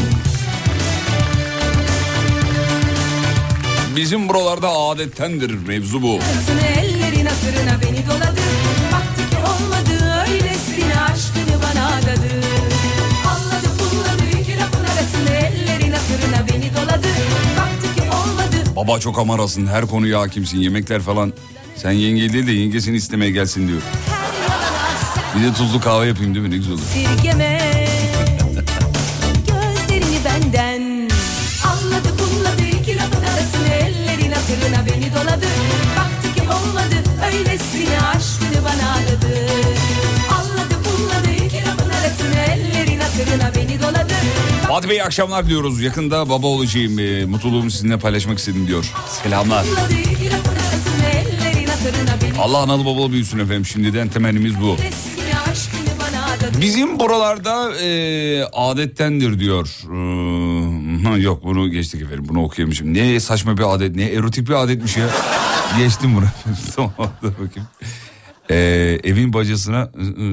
Speaker 3: Bizim buralarda adettendir mevzu bu.
Speaker 7: Arasına ellerin hatırına beni doladı. Baktı ki olmadı öylesine aşkını bana adadı. Anladı pulladı iki lafın arasına ellerin hatırına beni doladı. Baktı ki olmadı
Speaker 3: Baba çok amarasın, her konuya hakimsin, yemekler falan. Sen yenge değil de yengesini istemeye gelsin diyor.
Speaker 7: her yalana sen
Speaker 3: Bir de tuzlu kahve yapayım değil mi, ne güzel olur.
Speaker 7: sirgeme gözlerini benden. Anladı pulladı iki lafın arasına ellerin hatırına beni doladı. Baktı ki olmadı öylesine aşkını bana adadı. Anladı pulladı iki lafın arasına ellerin hatırına beni doladı.
Speaker 3: Fatih Bey akşamlar diyoruz. Yakında baba olacağım. E, mutluluğumu sizinle paylaşmak istedim diyor. Selamlar.
Speaker 7: Pulladı iki lafın arasına ellerin hatırına beni
Speaker 3: Allah analı babalı büyüsün efendim. Şimdiden temennimiz bu.
Speaker 7: öylesine aşkını bana adadı.
Speaker 3: Bizim buralarda e, adettendir diyor. Ee, yok bunu geçtik efendim, bunu okuyamışım. Ne saçma bir adet, ne erotik bir adetmiş ya. Geçtim bunu. Tamam, dur bakayım. Ee, evin bacasına...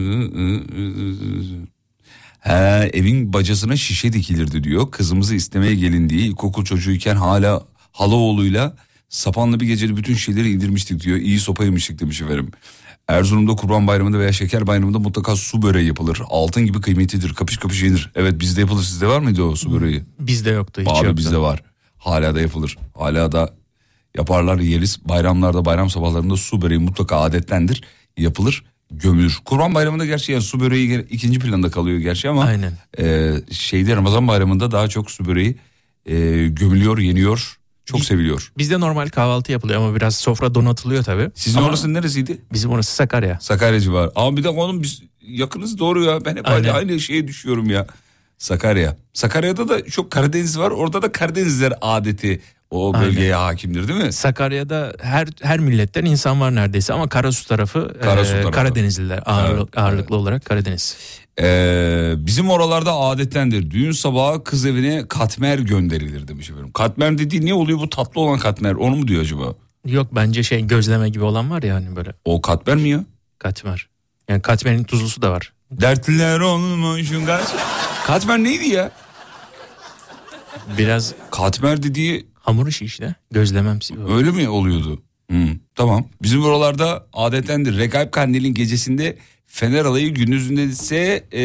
Speaker 3: He, evin bacasına şişe dikilirdi diyor. Kızımızı istemeye gelindiği ilkokul çocuğuyken hala halaoğluyla sapanla bir gecede bütün şeyleri indirmiştik diyor. İyi sopa yemiştik demiş efendim. Erzurum'da Kurban Bayramı'nda veya Şeker Bayramı'nda mutlaka su böreği yapılır. Altın gibi kıymetlidir. Kapış kapış yenir. Evet, bizde yapılır. Sizde var mıydı o su böreği?
Speaker 4: Bizde yoktu. Hiç
Speaker 3: Abi
Speaker 4: yoktu.
Speaker 3: bizde var. Hala da yapılır. Hala da yaparlar, yeriz. Bayramlarda, bayram sabahlarında su böreği mutlaka adetlendir. Yapılır, gömülür. Kurban Bayramı'nda gerçi yani su böreği ikinci planda kalıyor gerçi ama...
Speaker 4: Aynen.
Speaker 3: E, şeyde Ramazan Bayramı'nda daha çok su böreği e, gömülüyor, yeniyor. Çok
Speaker 4: Biz,
Speaker 3: seviliyor.
Speaker 4: Bizde normal kahvaltı yapılıyor ama biraz sofra donatılıyor tabii.
Speaker 3: Sizin
Speaker 4: ama
Speaker 3: orası neresiydi?
Speaker 4: Bizim orası Sakarya.
Speaker 3: Sakarya civarı. Ama bir de oğlum biz yakınız, doğru ya. Ben hep aynı, aynı şeye düşüyorum ya. Sakarya. Sakarya'da da çok Karadeniz var. Orada da Karadenizler adeti o bölgeye Aynen. hakimdir değil mi?
Speaker 4: Sakarya'da her her milletten insan var neredeyse ama Karasu tarafı,
Speaker 3: Karasu
Speaker 4: e,
Speaker 3: tarafı.
Speaker 4: Karadenizliler ağırlık,
Speaker 3: Evet,
Speaker 4: ağırlıklı
Speaker 3: evet.
Speaker 4: olarak Karadeniz.
Speaker 3: Ee, bizim oralarda adettendir. Düğün sabahı kız evine katmer gönderilir demiş efendim. Katmer dediği ne oluyor, bu tatlı olan katmer, onu mu diyor acaba?
Speaker 4: Yok, bence şey gözleme gibi olan var ya hani böyle.
Speaker 3: O katmer mi ya?
Speaker 4: Katmer. Yani katmerin tuzlusu da var.
Speaker 3: Dertliler olmuşun kaç. Katmer neydi ya?
Speaker 4: Biraz
Speaker 3: katmer dediği
Speaker 4: hamur işi işte. Gözlememsi.
Speaker 3: Öyle mi oluyordu? Hmm, tamam. Bizim oralarda adettendir. Regaib Kandil'in gecesinde Fener alayı, gündüzünde ise e,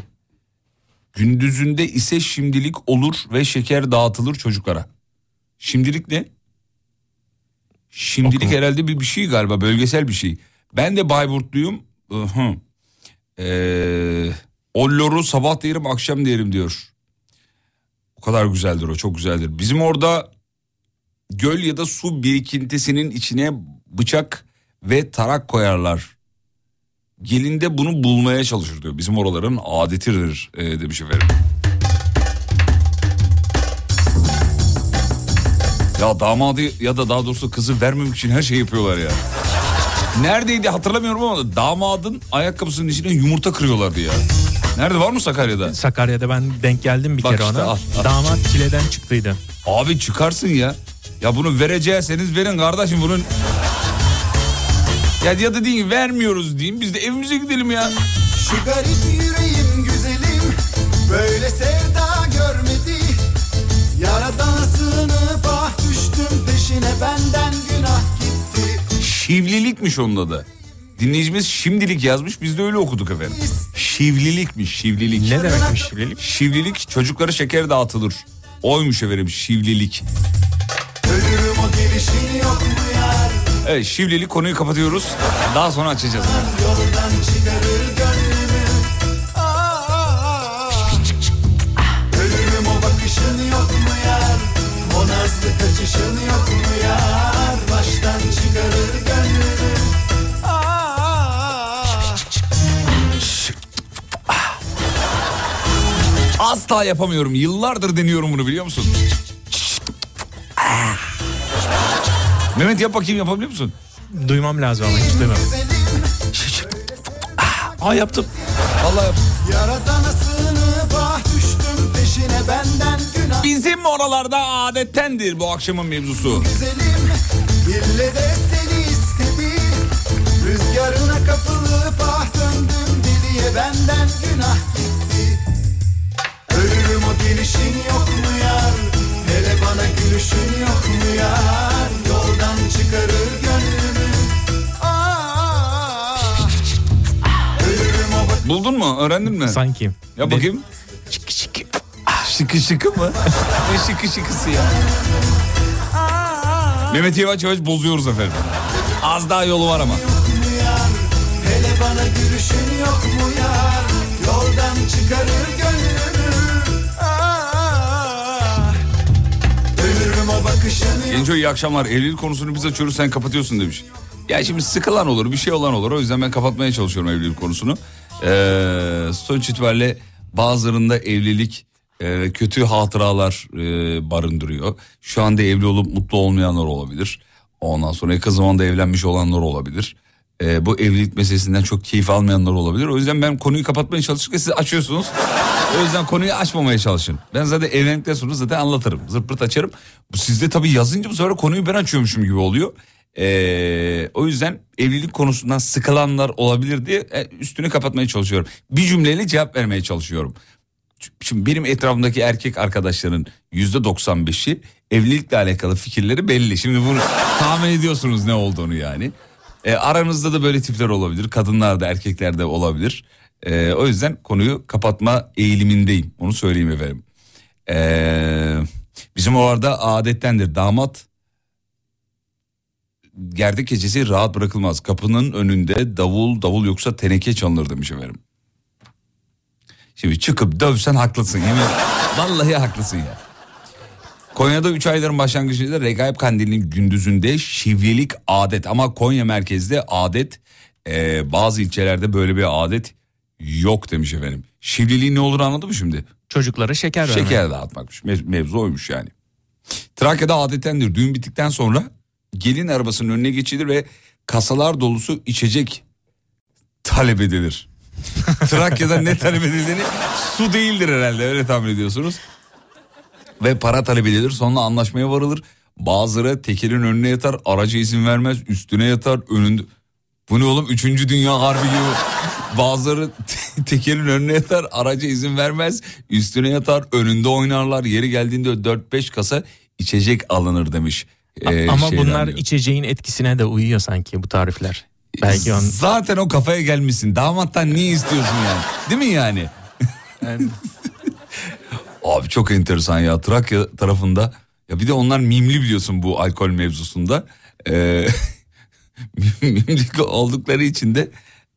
Speaker 3: gündüzünde ise şimdilik olur ve şeker dağıtılır çocuklara. Şimdilik ne? Şimdilik Oku. herhalde bir bir şey galiba, bölgesel bir şey. Ben de Bayburtluyum. Hı. Ee, Olloru sabah derim, akşam derim diyor. O kadar güzeldir o, çok güzeldir. Bizim orada göl ya da su birikintisinin içine bıçak ve tarak koyarlar. Gelin de bunu bulmaya çalışır diyor. Bizim oraların adetidir e, demiş efendim. Ya damadı ya da daha doğrusu kızı vermemek için her şey yapıyorlar ya. Neredeydi hatırlamıyorum ama damadın ayakkabısının içine yumurta kırıyorlardı ya. Nerede, var mı Sakarya'da?
Speaker 4: Sakarya'da ben denk geldim bir
Speaker 3: Bak
Speaker 4: kere
Speaker 3: işte,
Speaker 4: ona.
Speaker 3: al, al.
Speaker 4: Damat çileden çıktıydı.
Speaker 3: Abi çıkarsın ya. Ya bunu verecekseniz verin kardeşim bunun. Ya, ya da deyin vermiyoruz diyeyim, biz de evimize gidelim ya.
Speaker 8: Şu garip yüreğim güzelim böyle sevda görmedi. Yaradana sığınıp ah düştüm peşine, benden günah gitti.
Speaker 3: Şivlilikmiş onun adı. Dinleyicimiz şimdilik yazmış, biz de öyle okuduk efendim. Şivlilikmiş, şivlilik.
Speaker 4: Ne demekmiş şivlilik?
Speaker 3: Şivlilik, çocuklara şeker dağıtılır. Oymuş efendim şivlilik.
Speaker 8: Ölürüm o gelişin yok mu yar?
Speaker 3: Evet, şivlilik, konuyu kapatıyoruz. Daha sonra açacağız.
Speaker 8: Yoldan çıkarır gönlümü. Aa, ölürüm o bakışın yok mu yar? O nazlı kaçışın yok mu yar? Baştan çıkarır gönlümü.
Speaker 3: Asla yapamıyorum. Yıllardır deniyorum bunu, biliyor musun? Mehmet yap bakayım, yapabiliyor musun?
Speaker 4: Duymam lazım ama hiç duymam.
Speaker 3: Aa, yaptım. Vallahi yaptım.
Speaker 8: Yaradana sığınıp ah düştüm peşine, benden günah.
Speaker 3: Bizim oralarda adettendir bu akşamın mevzusu.
Speaker 8: Güzelim ille de seni istedi. Rüzgarına kapılıp ah döndüm deliye, benden günah gitti. Ölürüm o gelişin yok mu yar? Hele bana gülüşün yok mu yar? Yoldan çıkarır gönlümü. Aa, ölürüm o bak-
Speaker 3: Buldun mu? Öğrendin mi?
Speaker 4: Sanki.
Speaker 3: Ya bakayım.
Speaker 4: Şıkı şıkı.
Speaker 3: Şıkı şıkı mı? Ne şıkı şıkısı ya? Mehmet yavaş yavaş bozuyoruz efendim. Az daha yolu var ama.
Speaker 8: Hele bana gülüşün yok mu yar? Yoldan çıkarır gönlümü. Aa, ölürüm o bakışını.
Speaker 3: Genco iyi akşamlar. Evlilik konusunu biz açıyoruz, sen kapatıyorsun demiş. Ya şimdi sıkılan olur, bir şey olan olur. O yüzden ben kapatmaya çalışıyorum evlilik konusunu. Ee, sonuç itibariyle bazılarında evlilik e, kötü hatıralar e, barındırıyor. Şu anda evli olup mutlu olmayanlar olabilir. Ondan sonra yakın zamanda evlenmiş olanlar olabilir. Ee, bu evlilik meselesinden çok keyif almayanlar olabilir. O yüzden ben konuyu kapatmaya çalışırken siz açıyorsunuz. O yüzden konuyu açmamaya çalışın. Ben zaten evlendikten sonra zaten anlatırım. Zırt pırt açarım. Bu sizde tabii yazınca bu sefer konuyu ben açıyormuşum gibi oluyor. Ee, o yüzden evlilik konusundan sıkılanlar olabilir diye üstünü kapatmaya çalışıyorum. Bir cümleyle cevap vermeye çalışıyorum. Şimdi benim etrafımdaki erkek arkadaşların yüzde doksan beşi evlilikle alakalı fikirleri belli. Şimdi bunu tahmin ediyorsunuz ne olduğunu yani. E, aranızda da böyle tipler olabilir. Kadınlar da erkekler de olabilir. E, o yüzden konuyu kapatma eğilimindeyim. Onu söyleyeyim efendim. E, bizim orada adettendir. Damat gerdek gecesi rahat bırakılmaz. Kapının önünde davul davul yoksa teneke çalınır demiş efendim. Şimdi çıkıp dövsen haklısın. Yemin, vallahi haklısın ya. Konya'da üç ayların başlangıcında Regaib Kandili'nin gündüzünde şivlilik adet. Ama Konya merkezde adet, e, bazı ilçelerde böyle bir adet yok demiş efendim. Şivliliğin ne olur anladın mı şimdi?
Speaker 4: Çocuklara şeker vermek.
Speaker 3: Şeker dağıtmakmış. Mev- mevzu oymuş yani. Trakya'da adettendir. Düğün bittikten sonra gelin arabasının önüne geçilir ve kasalar dolusu içecek talep edilir. Trakya'da ne talep edildiğini su değildir herhalde, öyle tahmin ediyorsunuz. Ve para talep edilir, sonra anlaşmaya varılır. Bazıları tekerin önüne yatar, araca izin vermez, üstüne yatar, önünde. Bu ne oğlum, üçüncü Dünya Harbi gibi. Bazıları te- tekerin önüne yatar, araca izin vermez, üstüne yatar, önünde oynarlar. Yeri geldiğinde dört beş kasa içecek alınır demiş. Ee,
Speaker 4: Ama bunlar
Speaker 3: diyor.
Speaker 4: içeceğin etkisine de uyuyor sanki bu tarifler. Belki on...
Speaker 3: Zaten o kafaya gelmişsin. Damattan niye istiyorsun yani? Değil mi yani?
Speaker 4: Yani...
Speaker 3: Abi çok enteresan ya. Trakya tarafında. Ya bir de onlar mimli biliyorsun bu alkol mevzusunda. Ee, mimli oldukları için de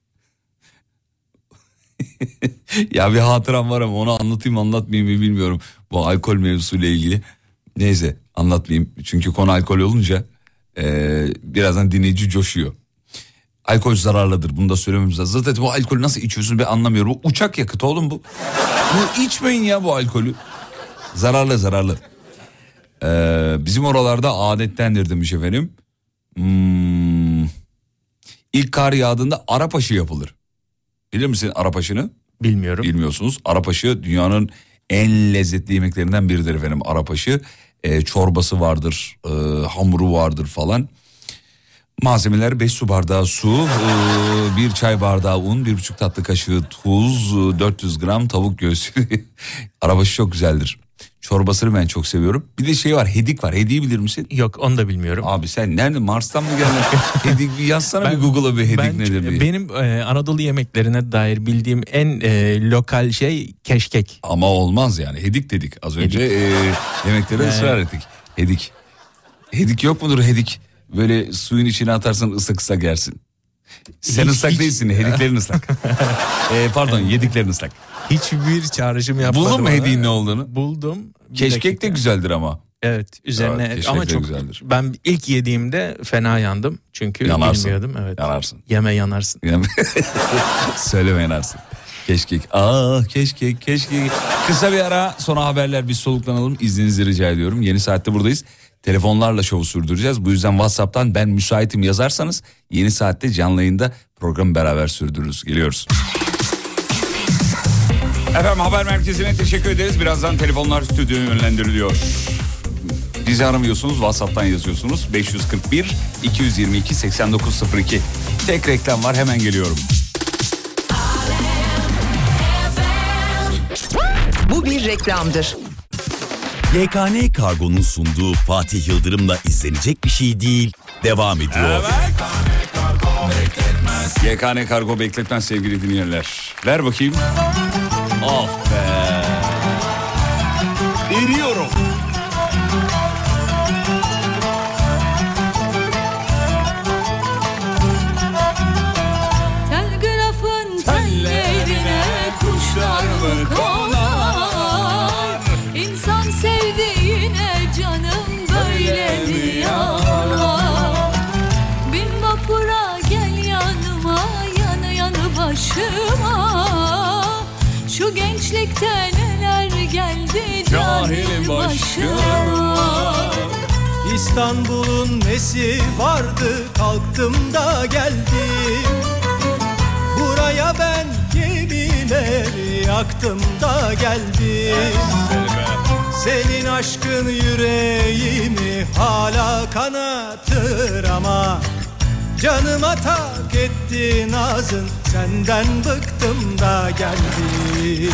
Speaker 3: ya bir hatıram var ama onu anlatayım anlatmayayım mı bilmiyorum. Bu alkol mevzusuyla ilgili. Neyse anlatmayayım. Çünkü konu alkol olunca e, birazdan dinleyici coşuyor. Alkol zararlıdır, bunu da söylememiz lazım. Zaten bu alkolü nasıl içiyorsun ben anlamıyorum. Bu uçak yakıtı oğlum bu. Bu içmeyin ya bu alkolü. Zararlı zararlı. Ee, bizim oralarda adettendir demiş efendim. Hmm. İlk kar yağdığında Arap aşı yapılır. Bilir misin Arap aşını?
Speaker 4: Bilmiyorum.
Speaker 3: Bilmiyorsunuz. Arap aşı dünyanın en lezzetli yemeklerinden biridir efendim Arap aşı. Ee, çorbası vardır, e, hamuru vardır falan. Malzemeler beş su bardağı su, bir çay bardağı un, bir buçuk tatlı kaşığı tuz, dört yüz gram tavuk göğsü. Arabaşı çok güzeldir. Çorbasını ben çok seviyorum. Bir de şey var, hedik var. Hediği bilir misin?
Speaker 4: Yok, onu da bilmiyorum.
Speaker 3: Abi sen nerede, Mars'tan mı geldin? Hedik bir yazsana ben, bir Google'a bir hedik
Speaker 4: ben,
Speaker 3: nedir diye.
Speaker 4: Benim e, Anadolu yemeklerine dair bildiğim en e, lokal şey keşkek.
Speaker 3: Ama olmaz yani, hedik dedik az önce. E, yemeklere ısrar ettik. Hedik. Hedik yok mudur hedik? Böyle suyun içine atarsın, ıslak ıslak yersin. Sen
Speaker 4: Hiç,
Speaker 3: ıslak
Speaker 4: hiç.
Speaker 3: değilsin, hediklerin ıslak. e, pardon, yediklerin ıslak.
Speaker 4: Hiçbir çağrışım yapmadım.
Speaker 3: Buldun mu
Speaker 4: ona.
Speaker 3: hediğin ne olduğunu?
Speaker 4: Buldum. Bir
Speaker 3: Keşkek
Speaker 4: dakika.
Speaker 3: de güzeldir ama.
Speaker 4: Evet, üzerine
Speaker 3: Evet,
Speaker 4: ama
Speaker 3: keşkek de
Speaker 4: çok
Speaker 3: güzeldir.
Speaker 4: ben ilk yediğimde fena yandım. Çünkü
Speaker 3: Yanarsın.
Speaker 4: bilmiyordum. Evet.
Speaker 3: Yanarsın.
Speaker 4: Yeme yanarsın.
Speaker 3: Söyleme yanarsın. Keşkek. Ah keşkek keşkek. Kısa bir ara, sonra haberler, biz soluklanalım. İzninizi rica ediyorum. Yeni saatte buradayız. Telefonlarla şovu sürdüreceğiz. Bu yüzden WhatsApp'tan ben müsaitim yazarsanız yeni saatte canlı yayında programı beraber sürdürürüz. Geliyoruz. Efendim haber merkezine teşekkür ederiz. Birazdan telefonlar stüdyoya yönlendiriliyor. Bizi aramıyorsunuz, WhatsApp'tan yazıyorsunuz. beş yüz kırk bir iki yüz yirmi iki seksen dokuz sıfır iki. Tek reklam var, hemen geliyorum.
Speaker 9: Bu bir reklamdır.
Speaker 1: Y K N Kargo'nun sunduğu Fatih Yıldırım'la izlenecek bir şey değil, devam ediyor.
Speaker 3: Y K N Kargo bekletmez sevgili dinleyenler. Ver bakayım. Ah be. Eriyorum.
Speaker 7: Telgrafın tellerine kuşlar mı konar? İnsan sevdiğine canım böyle mi yanar? Bin vapura gel yanıma, yanı yanı başıma. Şu gençlikte neler geldi cahilim başıma.
Speaker 6: İstanbul'un nesi vardı, kalktım da geldim. Buraya ben gemileri yaktım da geldim. Senin aşkın yüreğimi hala kanatır ama canıma tak etti nazın, senden bıktım da geldim.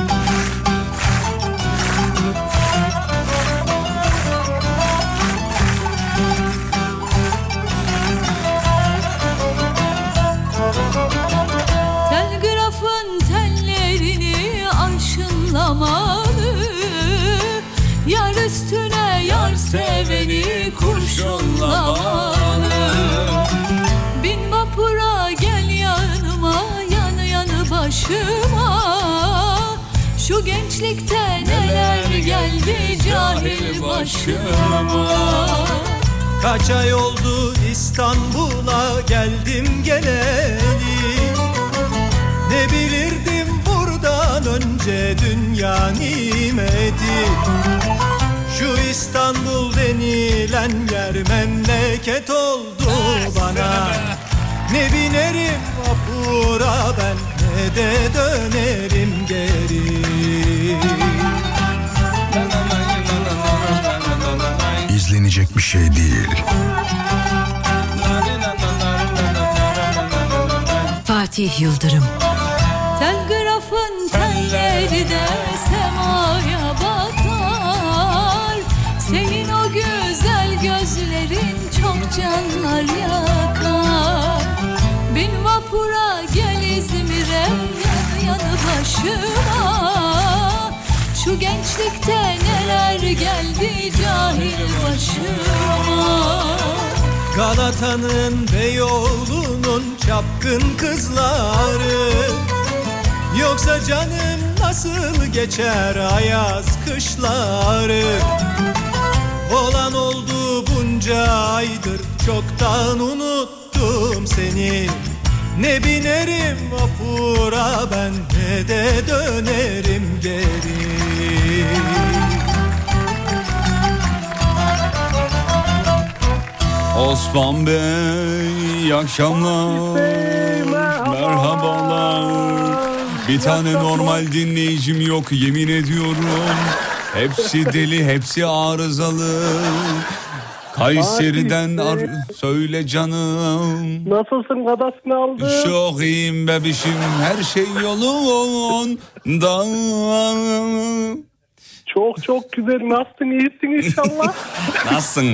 Speaker 7: Telgrafın tellerini arşınlamalı, yar üstüne yar seveni kurşunlamalı. Bin vapura gel yanıma, yanı yanı başıma. Şu gençlikte neler geldi cahil başıma.
Speaker 6: Kaç ay oldu İstanbul'a geldim geleli. Ne bilirdim buradan önce dünya nimeti. Şu İstanbul denilen yer memleket oldu bana. Ne binerim vapura ben, ne de dönerim geri.
Speaker 10: İzlenecek bir şey değil.
Speaker 9: Fatih Yıldırım.
Speaker 7: Telgrafın telleri de semaya bakar. Senin o güzel gözlerin çok canlar yakar. Bin vapura gel İzmir'e, yanı yanı başıma. Şu gençlikte neler geldi cahil başıma.
Speaker 6: Galata'nın, Beyoğlu'nun çapkın kızları. Yoksa canım nasıl geçer ayaz kışları. Olan oldu bunca aydır, çoktan unuttum seni. Ne binerim vapura ben, ne de dönerim geri.
Speaker 3: Osman Bey, iyi akşamlar. Merhabalar. Bir tane normal dinleyicim yok, yemin ediyorum. Hepsi deli, hepsi arızalı. Kayseri'den ar- söyle canım.
Speaker 11: Nasılsın, kadasını aldın?
Speaker 3: Çok iyiyim bebişim, her şey yolunda.
Speaker 11: Çok çok güzel, nasılsın, iyisin inşallah.
Speaker 3: Nasılsın?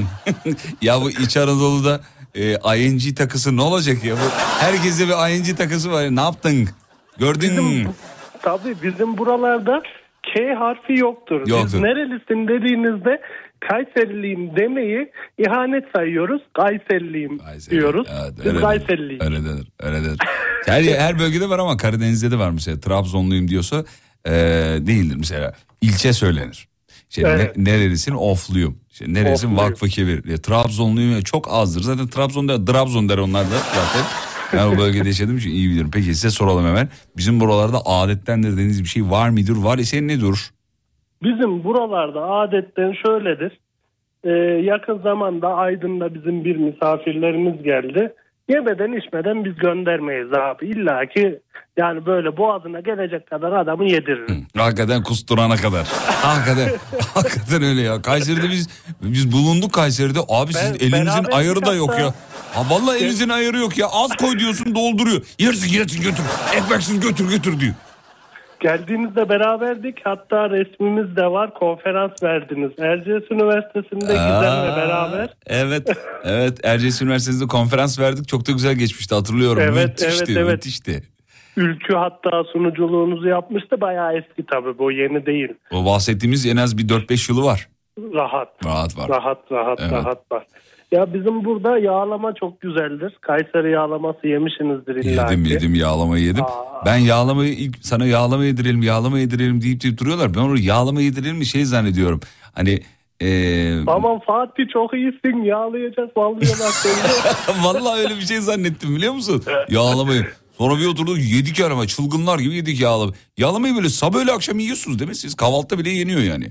Speaker 3: Ya bu İç Anadolu'da e, I N G takısı ne olacak ya? Bu, herkese bir I N G takısı var. Ne yaptın? Gördün mü?
Speaker 11: Tabii bizim buralarda K harfi yoktur.
Speaker 3: Yoktur.
Speaker 11: Biz nerelisin dediğinizde Kayseriliyim demeyi ihanet sayıyoruz. Kayseriliyim
Speaker 3: Kayseri.
Speaker 11: diyoruz.
Speaker 3: Evet,
Speaker 11: Biz
Speaker 3: öyle
Speaker 11: Kayseriliyiz.
Speaker 3: Öyle denir. Öyle denir. Her, her bölgede var ama Karadeniz'de de var mesela. Trabzonluyum diyorsa e, değildir mesela. İlçe söylenir. İşte
Speaker 11: Evet.
Speaker 3: ne, nerelisin? Ofluyum. İşte nerelisin?
Speaker 11: Ofluyum.
Speaker 3: Vakfıkebir. E, Trabzonluyum çok azdır. Zaten Trabzon'da Trabzon der onlar da zaten. Ben o bölgede yaşadığım için iyi bilirim. Peki size soralım hemen. Bizim buralarda adettendir dediğiniz bir şey var mıdır? Var ise nedir?
Speaker 11: Bizim buralarda adetten şöyledir. Ee, yakın zamanda Aydın'da bizim bir misafirlerimiz geldi. Yemeden içmeden biz göndermeyiz abi. İlla ki yani böyle boğazına gelecek kadar adamı yediririz.
Speaker 3: Hakikaten kusturana kadar. Hakikaten, hakikaten öyle ya. Kayseri'de biz biz bulunduk Kayseri'de. Abi sizin
Speaker 11: Ben-
Speaker 3: elinizin
Speaker 11: beraber
Speaker 3: ayarı da yok
Speaker 11: hatta-
Speaker 3: ya. Ha vallahi elinizin ayarı yok ya. Az koy diyorsun dolduruyor. Yersin yersin götür. Ekmeksiz götür götür diyor.
Speaker 11: Geldiğinizde beraberdik. Hatta resmimiz de var. Konferans verdiniz. Erciyes Üniversitesi'nde Gizem'le beraber.
Speaker 3: Evet. Evet. Erciyes Üniversitesi'nde konferans verdik. Çok da güzel geçmişti hatırlıyorum.
Speaker 11: Evet,
Speaker 3: müthişti,
Speaker 11: evet, evet.
Speaker 3: müthişti.
Speaker 11: Ülkü hatta sunuculuğunuzu yapmıştı. Bayağı eski tabii, bu yeni değil.
Speaker 3: O bahsettiğimiz en az bir dört beş yılı var.
Speaker 11: Rahat.
Speaker 3: Rahat var.
Speaker 11: Rahat rahat
Speaker 3: Evet.
Speaker 11: rahat var. Ya bizim burada yağlama çok güzeldir. Kayseri yağlaması yemişsinizdir illa
Speaker 3: Yedim
Speaker 11: ki.
Speaker 3: yedim yağlamayı yedim.
Speaker 11: Aa.
Speaker 3: Ben yağlamayı ilk sana yağlama yedirelim yağlama yedirelim deyip deyip duruyorlar. Ben onu yağlama yedirelim mi şey zannediyorum. Hani ee...
Speaker 11: Aman Fatih çok iyisin, yağlayacağız bağlıyorlar seni.
Speaker 3: Vallahi öyle bir şey zannettim biliyor musun? Yağlamayı. Sonra bir oturduk yedik yağlama çılgınlar gibi yedik yağlama. Yağlamayı böyle sabah öyle akşam yiyorsunuz değil mi? Siz kahvaltıda bile yeniyor yani.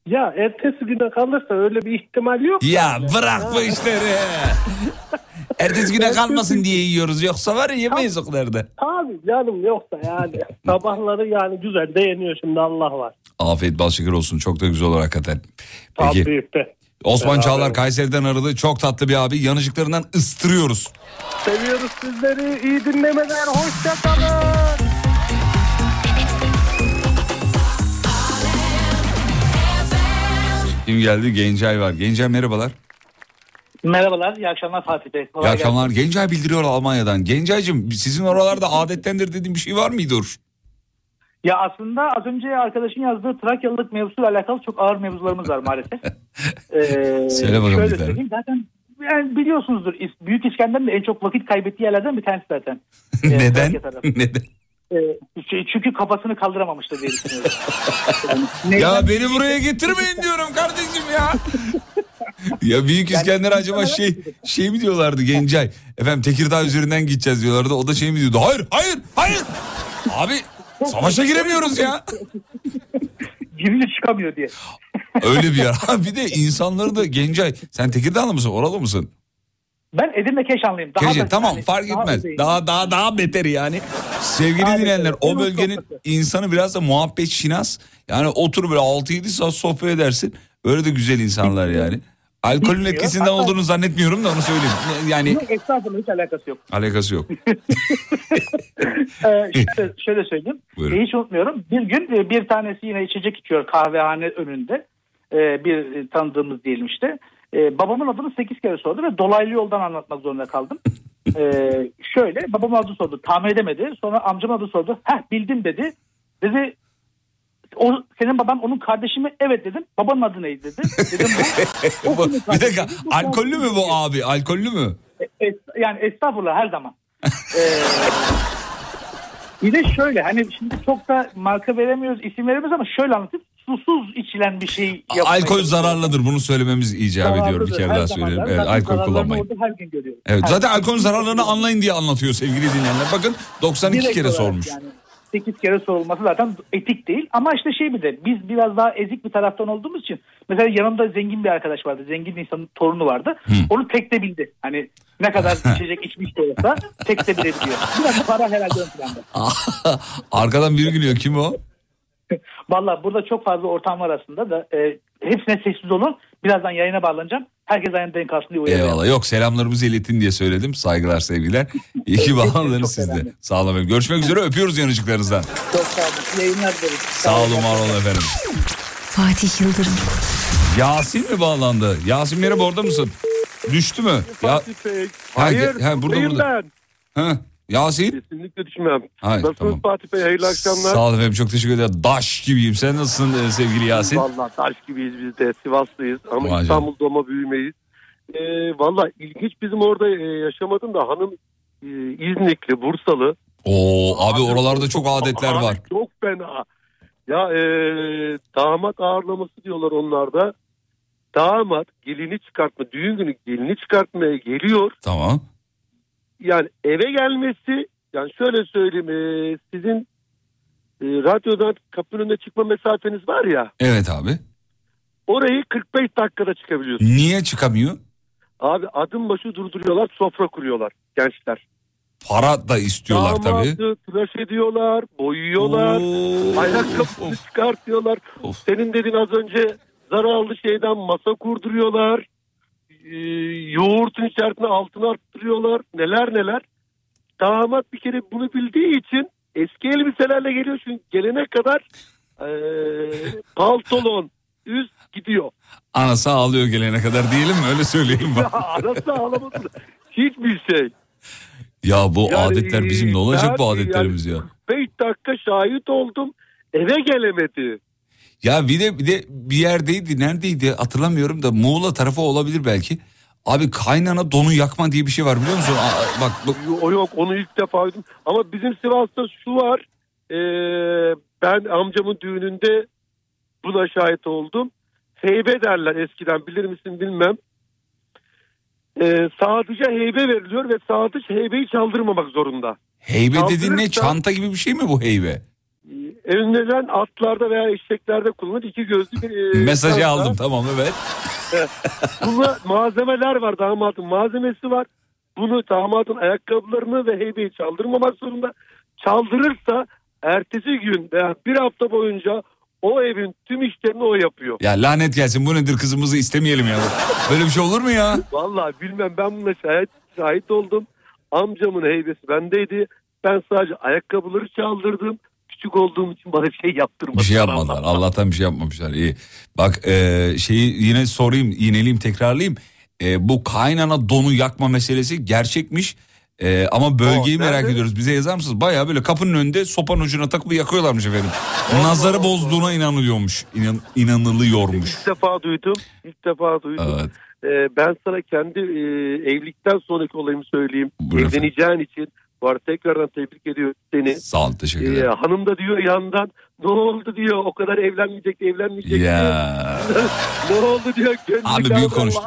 Speaker 11: Ya ertesi güne kalırsa öyle bir ihtimal yok.
Speaker 3: Ya
Speaker 11: yani.
Speaker 3: bırak
Speaker 11: Ha.
Speaker 3: bu işleri. Ertesi güne kalmasın diye yiyoruz. Yoksa var ya yemeyiz o kadar da.
Speaker 11: Abi canım yoksa yani. Sabahları yani güzel de yeniyor şimdi Allah var.
Speaker 3: Afiyet bal şeker olsun. Çok da güzel olur hakikaten. Peki.
Speaker 11: Tabii de.
Speaker 3: Osman
Speaker 11: Beraber
Speaker 3: Çağlar
Speaker 11: olsun.
Speaker 3: Kayseri'den aradı. Çok tatlı bir abi. Yanıcıklarından ıstırıyoruz.
Speaker 11: Seviyoruz sizleri. İyi dinlemeler. Hoşça kalın.
Speaker 3: Kim geldi? Gencay var. Gencay merhabalar.
Speaker 12: Merhabalar, iyi akşamlar Fatih Bey. Kolay
Speaker 3: İyi akşamlar.
Speaker 12: gelsin.
Speaker 3: Gencay bildiriyor Almanya'dan. Gencaycığım sizin oralarda adettendir dediğim bir şey var mıydır?
Speaker 12: Ya aslında az önce arkadaşın yazdığı Trakyalılık mevzusuyla alakalı çok ağır mevzularımız var maalesef. ee,
Speaker 3: Söyle bakalım
Speaker 12: şöyle
Speaker 3: bir tane.
Speaker 12: söyleyeyim, zaten yani biliyorsunuzdur İs- Büyük İskender'in de en çok vakit kaybettiği yerlerden bir tanesi zaten. Ee,
Speaker 3: Neden?
Speaker 12: Trakya tarafı.
Speaker 3: Neden?
Speaker 12: Ee, şey- çünkü kafasını kaldıramamıştır diye düşünüyorum.
Speaker 3: Ya beni buraya getirmeyin diyorum kardeşim ya. Ya Büyük İskender acaba şey şey mi diyorlardı Gencay? Efendim Tekirdağ üzerinden gideceğiz diyorlardı. O da şey mi diyordu? Hayır, hayır, hayır. Abi savaşa giremiyoruz ya.
Speaker 12: Girince çıkamıyor diye.
Speaker 3: Öyle bir yer. Ha, bir de insanları da Gencay. Sen Tekirdağlı mısın? Oralı mısın?
Speaker 12: Ben Edirne Keşanlıyım. Daha
Speaker 3: Keşke,
Speaker 12: da-
Speaker 3: tamam
Speaker 12: yani
Speaker 3: fark
Speaker 12: daha
Speaker 3: etmez.
Speaker 12: öteyim.
Speaker 3: Daha daha daha beteri yani. Sevgili
Speaker 12: Daha
Speaker 3: dinleyenler
Speaker 12: beteri.
Speaker 3: o bölgenin
Speaker 12: Sohbeti.
Speaker 3: insanı biraz da muhabbet şinas. Yani otur böyle altı yedi saat sohbet edersin. Öyle de güzel insanlar yani. Alkolün
Speaker 12: Bitmiyor.
Speaker 3: etkisinden
Speaker 12: Hatta-
Speaker 3: olduğunu zannetmiyorum da onu söyleyeyim. Yani
Speaker 12: Yok, estağfurullah, hiç alakası yok.
Speaker 3: alakası yok.
Speaker 12: Ee, şöyle, şöyle söyleyeyim.
Speaker 3: Buyurun.
Speaker 12: E, hiç unutmuyorum. Bir gün e, bir tanesi yine içecek içiyor kahvehane önünde. E, bir e, tanıdığımız diyelim işte. E, babamın adını sekiz kere sordu ve dolaylı yoldan anlatmak zorunda kaldım. E, şöyle babamın adını sordu. Tahmin edemedi. Sonra amcamın adını sordu. Heh bildim dedi. Dedi o senin baban onun kardeşi mi? Evet dedim. Babanın adı neydi dedi. Dedim bu. o
Speaker 3: Bu-
Speaker 12: kimin
Speaker 3: bir
Speaker 12: kardeşi?
Speaker 3: dakika
Speaker 12: Bu
Speaker 3: alkollü mü
Speaker 12: kardeşi.
Speaker 3: bu abi? Alkollü mü?
Speaker 12: E, es- yani estağfurullah her zaman. Ee, bir de şöyle hani şimdi çok da marka veremiyoruz, isim veremiyoruz ama şöyle anlatayım. Susuz içilen bir şey yapmaya
Speaker 3: Alkol
Speaker 12: çalışıyoruz.
Speaker 3: zararlıdır bunu söylememiz icap ediyor. Bir
Speaker 12: Zararlıdır,
Speaker 3: kere
Speaker 12: her
Speaker 3: daha
Speaker 12: zaman
Speaker 3: söyleyelim.
Speaker 12: da.
Speaker 3: Evet,
Speaker 12: Zaten
Speaker 3: alkol
Speaker 12: zararlarını
Speaker 3: kullanmayın.
Speaker 12: orada her gün görüyoruz.
Speaker 3: Evet,
Speaker 12: Her
Speaker 3: zaten
Speaker 12: gün.
Speaker 3: alkolün zararlarını anlayın diye anlatıyor sevgili dinleyenler. Bakın doksan iki
Speaker 12: Direkt
Speaker 3: kere
Speaker 12: olarak
Speaker 3: sormuş.
Speaker 12: Yani sekiz kere sorulması zaten etik değil. Ama işte şey bir de biz biraz daha ezik bir taraftan olduğumuz için mesela yanımda zengin bir arkadaş vardı. Zengin bir insanın torunu vardı. Onu tek de bildi. Hani ne kadar içecek içmiş de olsa tek de bilebiliyor. Biraz para herhalde ön planda.
Speaker 3: Arkadan biri gülüyor. Kim o?
Speaker 12: Valla burada çok fazla ortam var aslında da e, hepsine sessiz olun. Birazdan yayına bağlanacağım. Herkes ayağını denk alsın diye uyarıyorum.
Speaker 3: Eyvallah. Yok selamlarımızı iletin diye söyledim. Saygılar sevgiler. İyi ki bağlandınız
Speaker 12: Çok
Speaker 3: siz de.
Speaker 12: önemli.
Speaker 3: Sağ olun efendim. Görüşmek üzere. Öpüyoruz yanıcıklarınızdan.
Speaker 12: Çok sağ olun. İyi yayınlar dileriz.
Speaker 3: Sağ olun var olun efendim.
Speaker 9: Fatih Yıldırım.
Speaker 3: Yasin mi bağlandı? Yasin merhaba orada mısın? Düştü mü? Ya...
Speaker 13: Hayır,
Speaker 3: Ha, burada
Speaker 13: buradayım
Speaker 3: burada.
Speaker 13: ben.
Speaker 3: Ha, Yasin?
Speaker 13: Kesinlikle düşmem.
Speaker 3: Hayır,
Speaker 13: Nasılsınız
Speaker 3: tamam.
Speaker 13: Fatih Bey? Hayırlı akşamlar.
Speaker 3: Sağ olun efendim çok teşekkür ederim. Daş gibiyim. Sen nasılsın e, sevgili Yasin?
Speaker 13: Vallahi taş gibiyiz biz de. Sivaslıyız ama
Speaker 3: Vay
Speaker 13: İstanbul doğma büyümeyiz. Ee, Valla ilginç bizim orada e, yaşamadım da hanım e, İznikli, Bursalı.
Speaker 3: Oo abi oralarda çok adetler
Speaker 13: Abi
Speaker 3: var.
Speaker 13: Çok fena. Ya e, damat ağırlaması diyorlar onlarda. Damat gelini çıkartma, düğün günü gelini çıkartmaya geliyor.
Speaker 3: Tamam.
Speaker 13: Yani eve gelmesi, yani şöyle söyleyeyim, e, sizin e, radyodan kapının önüne çıkma mesafeniz var ya.
Speaker 3: Evet abi.
Speaker 13: Orayı kırk beş dakikada çıkabiliyorsun.
Speaker 3: Niye çıkamıyor?
Speaker 13: Abi adım başı durduruyorlar, sofra kuruyorlar gençler.
Speaker 3: Para da istiyorlar tabii.
Speaker 13: Damadı tıraş ediyorlar, boyuyorlar,
Speaker 3: Oo.
Speaker 13: ayakkabısını
Speaker 3: Of.
Speaker 13: çıkartıyorlar.
Speaker 3: Of.
Speaker 13: Senin dediğin az önce zararlı şeyden masa kurduruyorlar. Ee, yoğurtun içerisine altını arttırıyorlar. Neler neler. Damat bir kere bunu bildiği için eski elbiselerle geliyor. Çünkü gelene kadar ee, pantolon, üst gidiyor.
Speaker 3: Anası ağlıyor gelene kadar diyelim mi? Öyle söyleyelim
Speaker 13: Ya
Speaker 3: bak.
Speaker 13: arası ağlamasın. Hiçbir şey.
Speaker 3: Ya bu
Speaker 13: Yani,
Speaker 3: adetler bizim ne olacak bu
Speaker 13: ben
Speaker 3: adetlerimiz
Speaker 13: yani
Speaker 3: ya?
Speaker 13: beş dakika şahit oldum. Eve gelemedi.
Speaker 3: Ya bir de bir de bir yerdeydi, neredeydi hatırlamıyorum da Muğla tarafı olabilir belki. Abi kaynana donu yakma diye bir şey var biliyor musun? Aa, bak bu...
Speaker 13: O yok, onu ilk defa duydum. Ama bizim Sivas'ta şu var. E, ben amcamın düğününde buna şahit oldum. Heybe derler eskiden, bilir misin bilmem. E, sadıca heybe veriliyor ve sadıç heybeyi çaldırmamak zorunda.
Speaker 3: Heybe dediğin ne?
Speaker 13: Kaldırırsa-
Speaker 3: Çanta gibi bir şey mi bu heybe?
Speaker 13: Evlenen atlarda veya eşeklerde kullanılır iki gözlü bir... E,
Speaker 3: Mesajı
Speaker 13: çanta.
Speaker 3: aldım, tamam, evet.
Speaker 13: Bunda malzemeler var, damadın malzemesi var. Bunu damadın ayakkabılarını ve heybeyi çaldırmamak zorunda. Çaldırırsa ertesi gün veya bir hafta boyunca o evin tüm işlerini o yapıyor.
Speaker 3: Ya lanet gelsin, bu nedir, kızımızı istemeyelim ya. Böyle bir şey olur mu ya?
Speaker 13: Vallahi bilmem, ben buna şahit, şahit oldum. Amcamın heybesi bendeydi. Ben sadece ayakkabıları çaldırdım. Küçük olduğum için bana bir şey yaptırmadılar.
Speaker 3: Bir şey yapmadılar. Allah'tan bir şey yapmamışlar. İyi. Bak e, şeyi yine sorayım, yineleyeyim, tekrarlayayım. E, bu kaynana donu yakma meselesi gerçekmiş. E, ama bölgeyi
Speaker 13: O,
Speaker 3: merak
Speaker 13: nerede?
Speaker 3: ediyoruz. Bize yazar mısınız? Bayağı böyle kapının önünde sopanın ucuna takıp yakıyorlarmış efendim. Nazarı bozduğuna inanılıyormuş. İnan, inanılıyormuş.
Speaker 13: İlk defa duydum. İlk defa duydum.
Speaker 3: Evet.
Speaker 13: Ee, ben sana kendi e, evlilikten sonraki olayımı söyleyeyim.
Speaker 3: Buyurun
Speaker 13: Evleneceğin için. Bu arada tekrardan tebrik ediyorum seni.
Speaker 3: Sağ ol, teşekkür
Speaker 13: Ee,
Speaker 3: ederim.
Speaker 13: hanım da diyor yandan, ne oldu diyor, o kadar evlenmeyecek evlenmeyecek
Speaker 3: Ya.
Speaker 13: diyor. Ne oldu diyor.
Speaker 3: Abi büyük konuştun.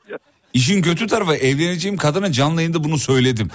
Speaker 3: İşin kötü tarafı, evleneceğim kadına canlı yayında bunu söyledim.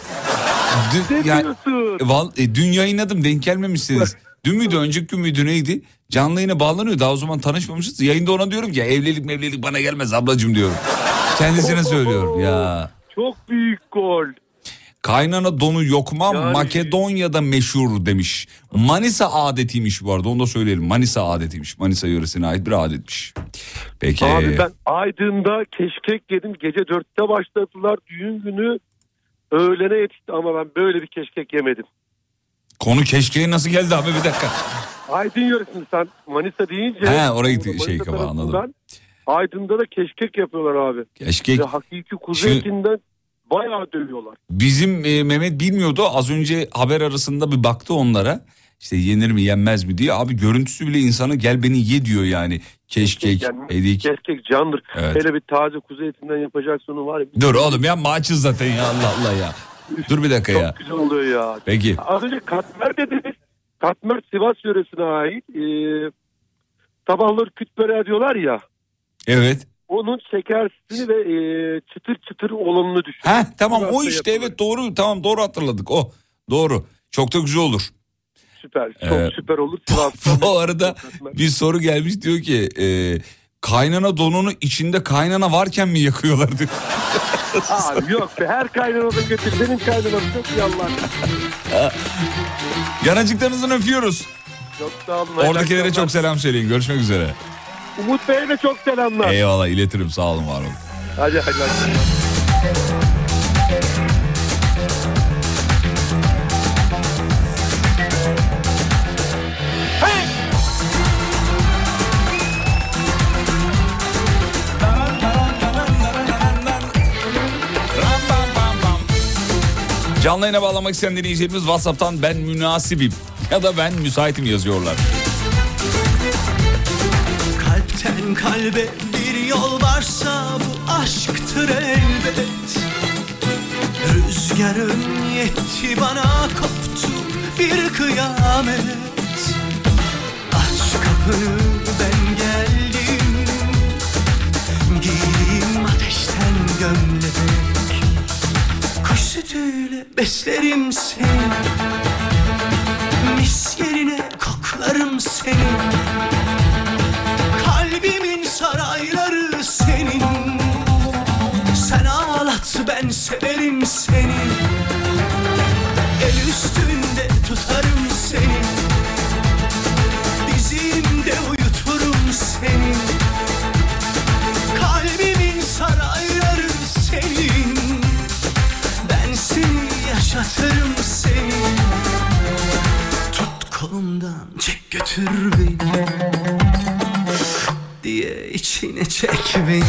Speaker 3: Dün,
Speaker 13: Ne
Speaker 3: yani,
Speaker 13: diyorsun?
Speaker 3: val, e, dün yayınladım, denk gelmemişsiniz. Dün müydü, önceki gün müydü, neydi? Canlı yayına bağlanıyor, daha o zaman tanışmamışız. Yayında ona diyorum ki evlilik mevlilik bana gelmez ablacığım diyorum. Kendisine söylüyorum ya.
Speaker 13: Çok büyük gol.
Speaker 3: Kaynana donu yokma
Speaker 13: Yani-
Speaker 3: Makedonya'da meşhur demiş. Manisa adetiymiş bu arada, onu da söyleyelim. Manisa adetiymiş. Manisa yöresine ait bir adetmiş. Peki.
Speaker 13: Abi ben Aydın'da keşkek yedim. Gece dörtte başladılar. Düğün günü öğlene yetişti ama ben böyle bir keşkek yemedim.
Speaker 3: Konu keşkeğe nasıl geldi abi, bir dakika.
Speaker 13: Aydın yöresinde sen Manisa deyince.
Speaker 3: He, oraya gitti,
Speaker 13: Manisa
Speaker 3: şey, kafa,
Speaker 13: tarafından
Speaker 3: anladım.
Speaker 13: Aydın'da da keşkek yapıyorlar abi.
Speaker 3: Keşkek.
Speaker 13: Ve hakiki kuzu
Speaker 3: Şu-
Speaker 13: etinden bayağı dövüyorlar.
Speaker 3: Bizim e, Mehmet bilmiyordu, az önce haber arasında bir baktı onlara. İşte yenir mi yenmez mi diye. Abi görüntüsü bile insana gel beni ye diyor yani. Keşkek,
Speaker 13: Yani
Speaker 3: edik.
Speaker 13: keşkek candır.
Speaker 3: Evet.
Speaker 13: Hele bir taze kuzu etinden yapacaksın onu var ya.
Speaker 3: Dur oğlum ya, maçız zaten ya, Allah Allah ya. Dur bir dakika
Speaker 13: Çok
Speaker 3: ya.
Speaker 13: güzel oluyor ya.
Speaker 3: Peki.
Speaker 13: Az önce katmer dediniz. Katmer Sivas yöresine ait. Ee, sabahları küt böreği diyorlar ya.
Speaker 3: Evet.
Speaker 13: Onun şekersini ve e, çıtır çıtır olanını düşün.
Speaker 3: Heh, tamam o
Speaker 13: Sivas'ta
Speaker 3: işte,
Speaker 13: yapılır.
Speaker 3: evet doğru, tamam doğru hatırladık, o doğru, çok da güzel olur.
Speaker 13: Süper, çok
Speaker 3: Ee,
Speaker 13: süper olur. Sivas'ta.
Speaker 3: Bu arada bir soru gelmiş, diyor ki e, kaynana donunu içinde kaynana varken mi yakıyorlar diyor.
Speaker 13: Abi yok be, her kaynanadan götür. Benim kaynanam çok yallah.
Speaker 3: Yanacıklarınızdan öpüyoruz.
Speaker 13: Çok sağ olun.
Speaker 3: Oradakilere çok selam söyleyin, görüşmek üzere.
Speaker 13: Umut Bey'e de çok selamlar.
Speaker 3: Eyvallah, iletirim, sağ olun, var olun.
Speaker 13: Hadi hadi. hadi.
Speaker 3: Canlı yayına bağlamak isteyen dinleyicilerimiz WhatsApp'tan ben münasibim ya da ben müsaitim yazıyorlar.
Speaker 6: Kalpten kalbe bir yol varsa bu aşktır elbet. Rüzgarın yetti bana, koptu bir kıyamet. Aç kapını, ben geldim. Giyeyim ateşten gömlek. Kuş sütüyle beslerim seni. Mis yerine koklarım seni. Kalbimin sarayları senin. Sen ağlat, ben severim seni. El üstünde tutarım seni. Dizimde uyuturum seni. Kalbimin sarayları senin. Ben seni yaşatırım seni. Tut kolumdan, çek götür beni diye içine çek beni.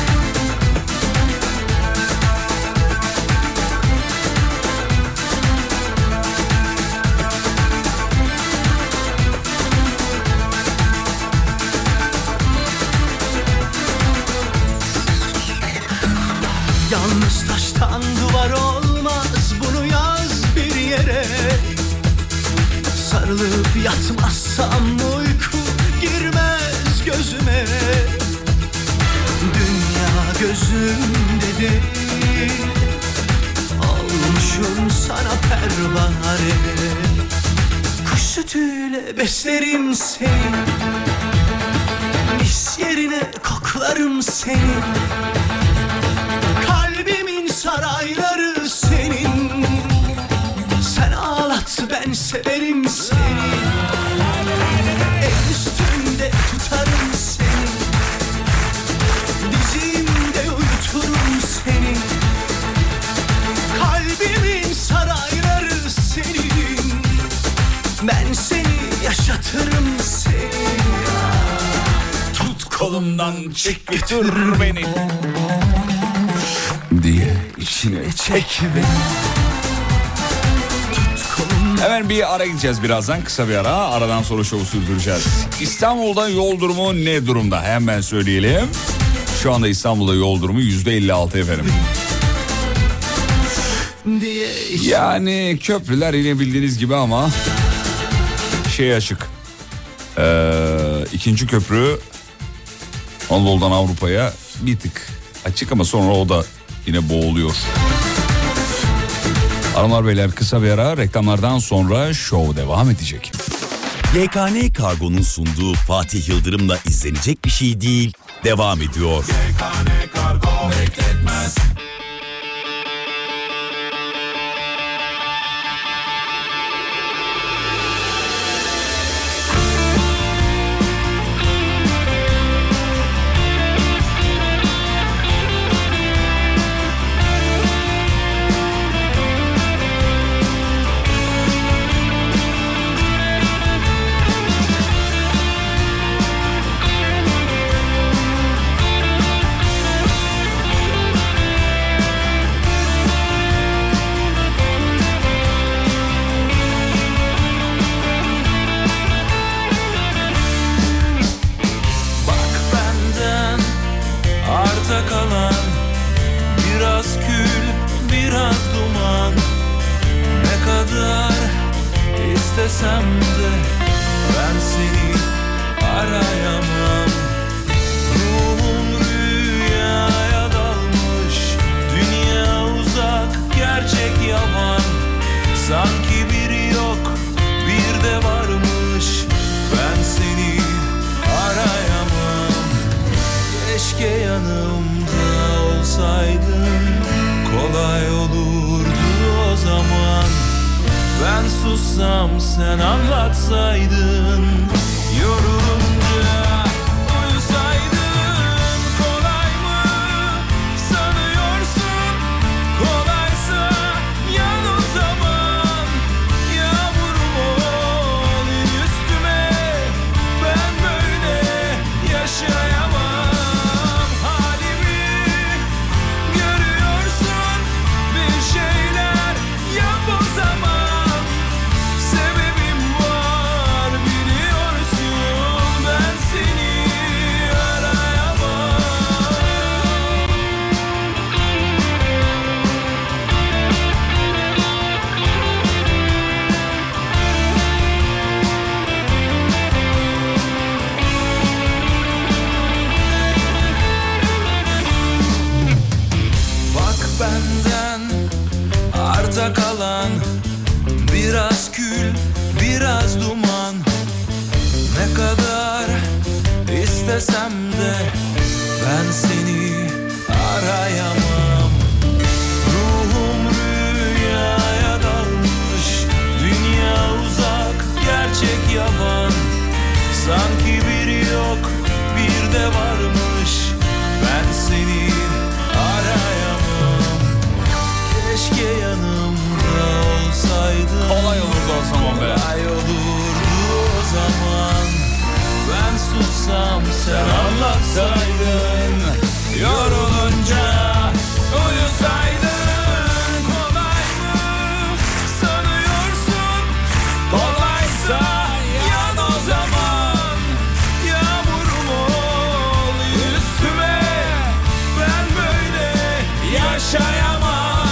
Speaker 6: Yalnız taştan duvar olmaz, bunu yaz bir yere. Sarılıp yatmazsam uyku girmez gözüme. Dünya gözümde değil, olmuşum sana pervane. Kuş sütüyle beslerim seni, mis yerine koklarım seni. Kalbimin sarayları senin, sen ağlat ben severim seni. El üstünde tutarım seni, dizimde uyuturum seni. Kalbimin sarayları senin, ben seni yaşatırım seni. Tut kolumdan çek götür beni
Speaker 3: diye içine çek beni. Hemen bir ara gideceğiz birazdan, kısa bir ara. Aradan sonra şovu sürdüreceğiz. İstanbul'da yol durumu ne durumda? Hemen söyleyelim. Şu anda İstanbul'da yol durumu yüzde elli altı efendim. Yani köprüler yine bildiğiniz gibi ama şey açık. Ee, ikinci köprü Anadolu'dan Avrupa'ya bir tık açık ama sonra o da yine boğuluyor. Hanımlar beyler, kısa bir ara, reklamlardan sonra şov devam edecek.
Speaker 1: Y K N Kargo'nun sunduğu Fatih Yıldırım'la izlenecek bir şey değil devam ediyor.
Speaker 5: Y K N Kargo bekletmez.
Speaker 2: istesem de ben seni arayamam. Ruhum rüyaya dalmış, dünya uzak, gerçek yavan. Sanki biri yok, bir de varmış, ben seni arayamam. Keşke yanımda olsaydın, kolay olurdu o zaman. Ben sussam sen anlatsaydın, yorulunca uyusaydın. Kolay mı sanıyorsun? Kolaysa yan o zaman. Yağmurum ol üstüme, ben böyle yaşayamam. Halimi görüyorsun, bir şeyler yap o zaman. Arta kalan biraz kül, biraz duman. Ne kadar istesem de ben seni arayamam. Ruhum rüyaya dalmış, dünya uzak, gerçek yavan. Sanki biri yok, bir de varmış, ben seni arayamam. Keşke yanımda olsaydın,
Speaker 3: kolay olurdu o zaman be.
Speaker 2: Kolay olurdu o zaman. Ben sussam sen anlatsaydın, yorulunca uyusaydın. Kolay mı sanıyorsun? Kolaysa yan o zaman. Yağmurum ol üstüme, ben böyle yaşayamam.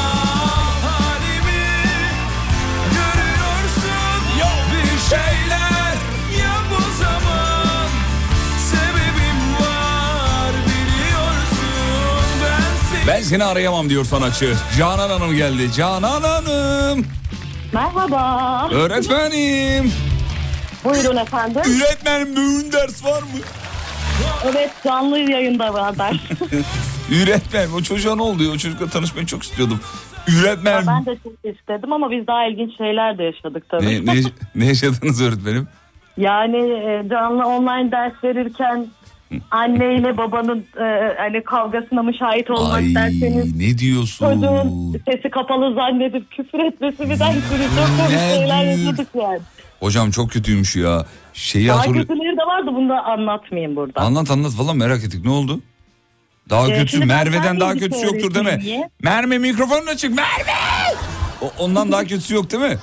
Speaker 2: Şeyler yap o zaman. Sebebim var biliyorsun, ben seni...
Speaker 3: Ben seni arayamam diyor sanatçı. Canan Hanım geldi. Canan Hanım.
Speaker 14: Merhaba.
Speaker 3: Öğretmenim.
Speaker 14: Buyurun efendim.
Speaker 3: Öğretmenim bugün ders var mı?
Speaker 14: Evet, canlı yayında var ders.
Speaker 3: Öğretmenim, o çocuğa ne oldu? O çocukla tanışmayı çok istiyordum. Öğretmenim.
Speaker 14: Ben de çok istedim ama biz daha ilginç şeyler de yaşadık tabii.
Speaker 3: Ne, ne, ne yaşadınız öğretmenim?
Speaker 14: Yani e, canlı online ders verirken anneyle babanın e, hani kavgasına mı şahit olmak
Speaker 3: Ay,
Speaker 14: derseniz
Speaker 3: ne diyorsun?
Speaker 14: çocuğun sesi kapalı zannedip küfür etmesi bir de çok komik şeyler yaşadık yani.
Speaker 3: Hocam çok kötüymüş ya. Şeyi
Speaker 14: Daha
Speaker 3: hatırlıyorum.
Speaker 14: kötüleri de vardı, bunu da anlatmayayım burada.
Speaker 3: Anlat anlat, valla merak ettik, ne oldu? Daha
Speaker 14: Ee,
Speaker 3: kötüsü
Speaker 14: şimdi ben
Speaker 3: Merve'den
Speaker 14: fen
Speaker 3: daha
Speaker 14: bilgisi
Speaker 3: kötüsü yoktur değil mi?
Speaker 14: öğretmeniyim.
Speaker 3: Merve mikrofonun açık, Merve! O, ondan daha kötüsü yok değil mi?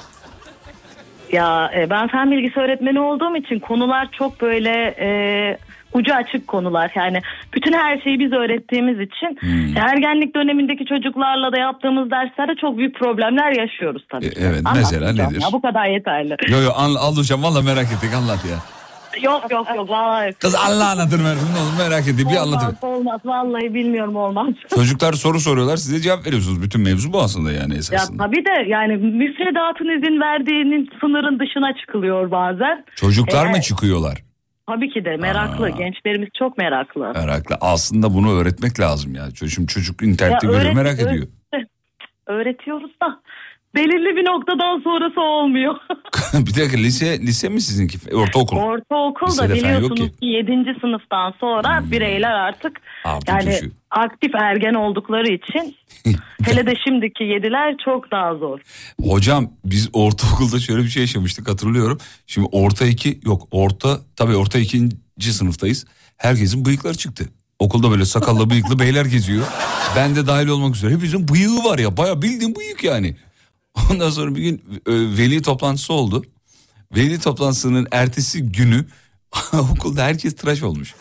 Speaker 14: Ya e, ben fen bilgisi öğretmeni olduğum için konular çok böyle e, ucu açık konular. Yani bütün her şeyi biz öğrettiğimiz için
Speaker 3: Hmm.
Speaker 14: ergenlik dönemindeki çocuklarla da yaptığımız derslerde çok büyük problemler yaşıyoruz tabii.
Speaker 3: E, evet, mesela
Speaker 14: Anlatmayacağım
Speaker 3: nedir?
Speaker 14: Ya, bu kadar yeterli.
Speaker 3: Yo yo an, al hocam, valla merak ettik, anlat ya.
Speaker 14: Yok yok yok vallahi.
Speaker 3: Kız Allah anlatır Merve, ne olur merak ettik, bir
Speaker 14: Olmaz,
Speaker 3: anlatın.
Speaker 14: olmaz vallahi bilmiyorum, olmaz.
Speaker 3: Çocuklar soru soruyorlar, size cevap veriyorsunuz. Bütün mevzu bu aslında yani
Speaker 14: Ya
Speaker 3: esasında.
Speaker 14: tabii de yani müfredatın izin verdiğinin sınırın dışına çıkılıyor bazen.
Speaker 3: Çocuklar
Speaker 14: Ee,
Speaker 3: mı çıkıyorlar?
Speaker 14: Tabii ki de meraklı.
Speaker 3: Aa.
Speaker 14: Gençlerimiz çok meraklı.
Speaker 3: Meraklı. Aslında bunu öğretmek lazım ya. Çocuğum çocuk internette
Speaker 14: Ya
Speaker 3: görüyor,
Speaker 14: öğret-
Speaker 3: merak ediyor.
Speaker 14: öğret- Öğretiyoruz da belirli bir noktadan sonrası olmuyor.
Speaker 3: Bir dakika, lise lise mi sizinki? Ortaokul.
Speaker 14: Ortaokulda
Speaker 3: Lisede fen yok
Speaker 14: biliyorsunuz
Speaker 3: ki.
Speaker 14: ki yedinci sınıftan sonra bireyler artık
Speaker 3: Artık
Speaker 14: yani
Speaker 3: yaşıyor.
Speaker 14: aktif ergen oldukları için hele de şimdiki yediler çok daha zor.
Speaker 3: Hocam biz ortaokulda şöyle bir şey yaşamıştık, hatırlıyorum. Şimdi orta iki yok orta tabii orta ikinci sınıftayız. Herkesin bıyıkları çıktı. Okulda böyle sakallı bıyıklı beyler geziyor. Ben de dahil olmak üzere. Hepimizin bıyığı var ya, bayağı bildiğin bıyık yani. Ondan sonra bir gün e, veli toplantısı oldu. Veli toplantısının ertesi günü okulda herkes tıraş olmuş.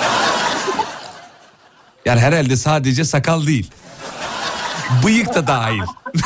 Speaker 3: Yani herhalde sadece sakal değil. Bıyık da dahil.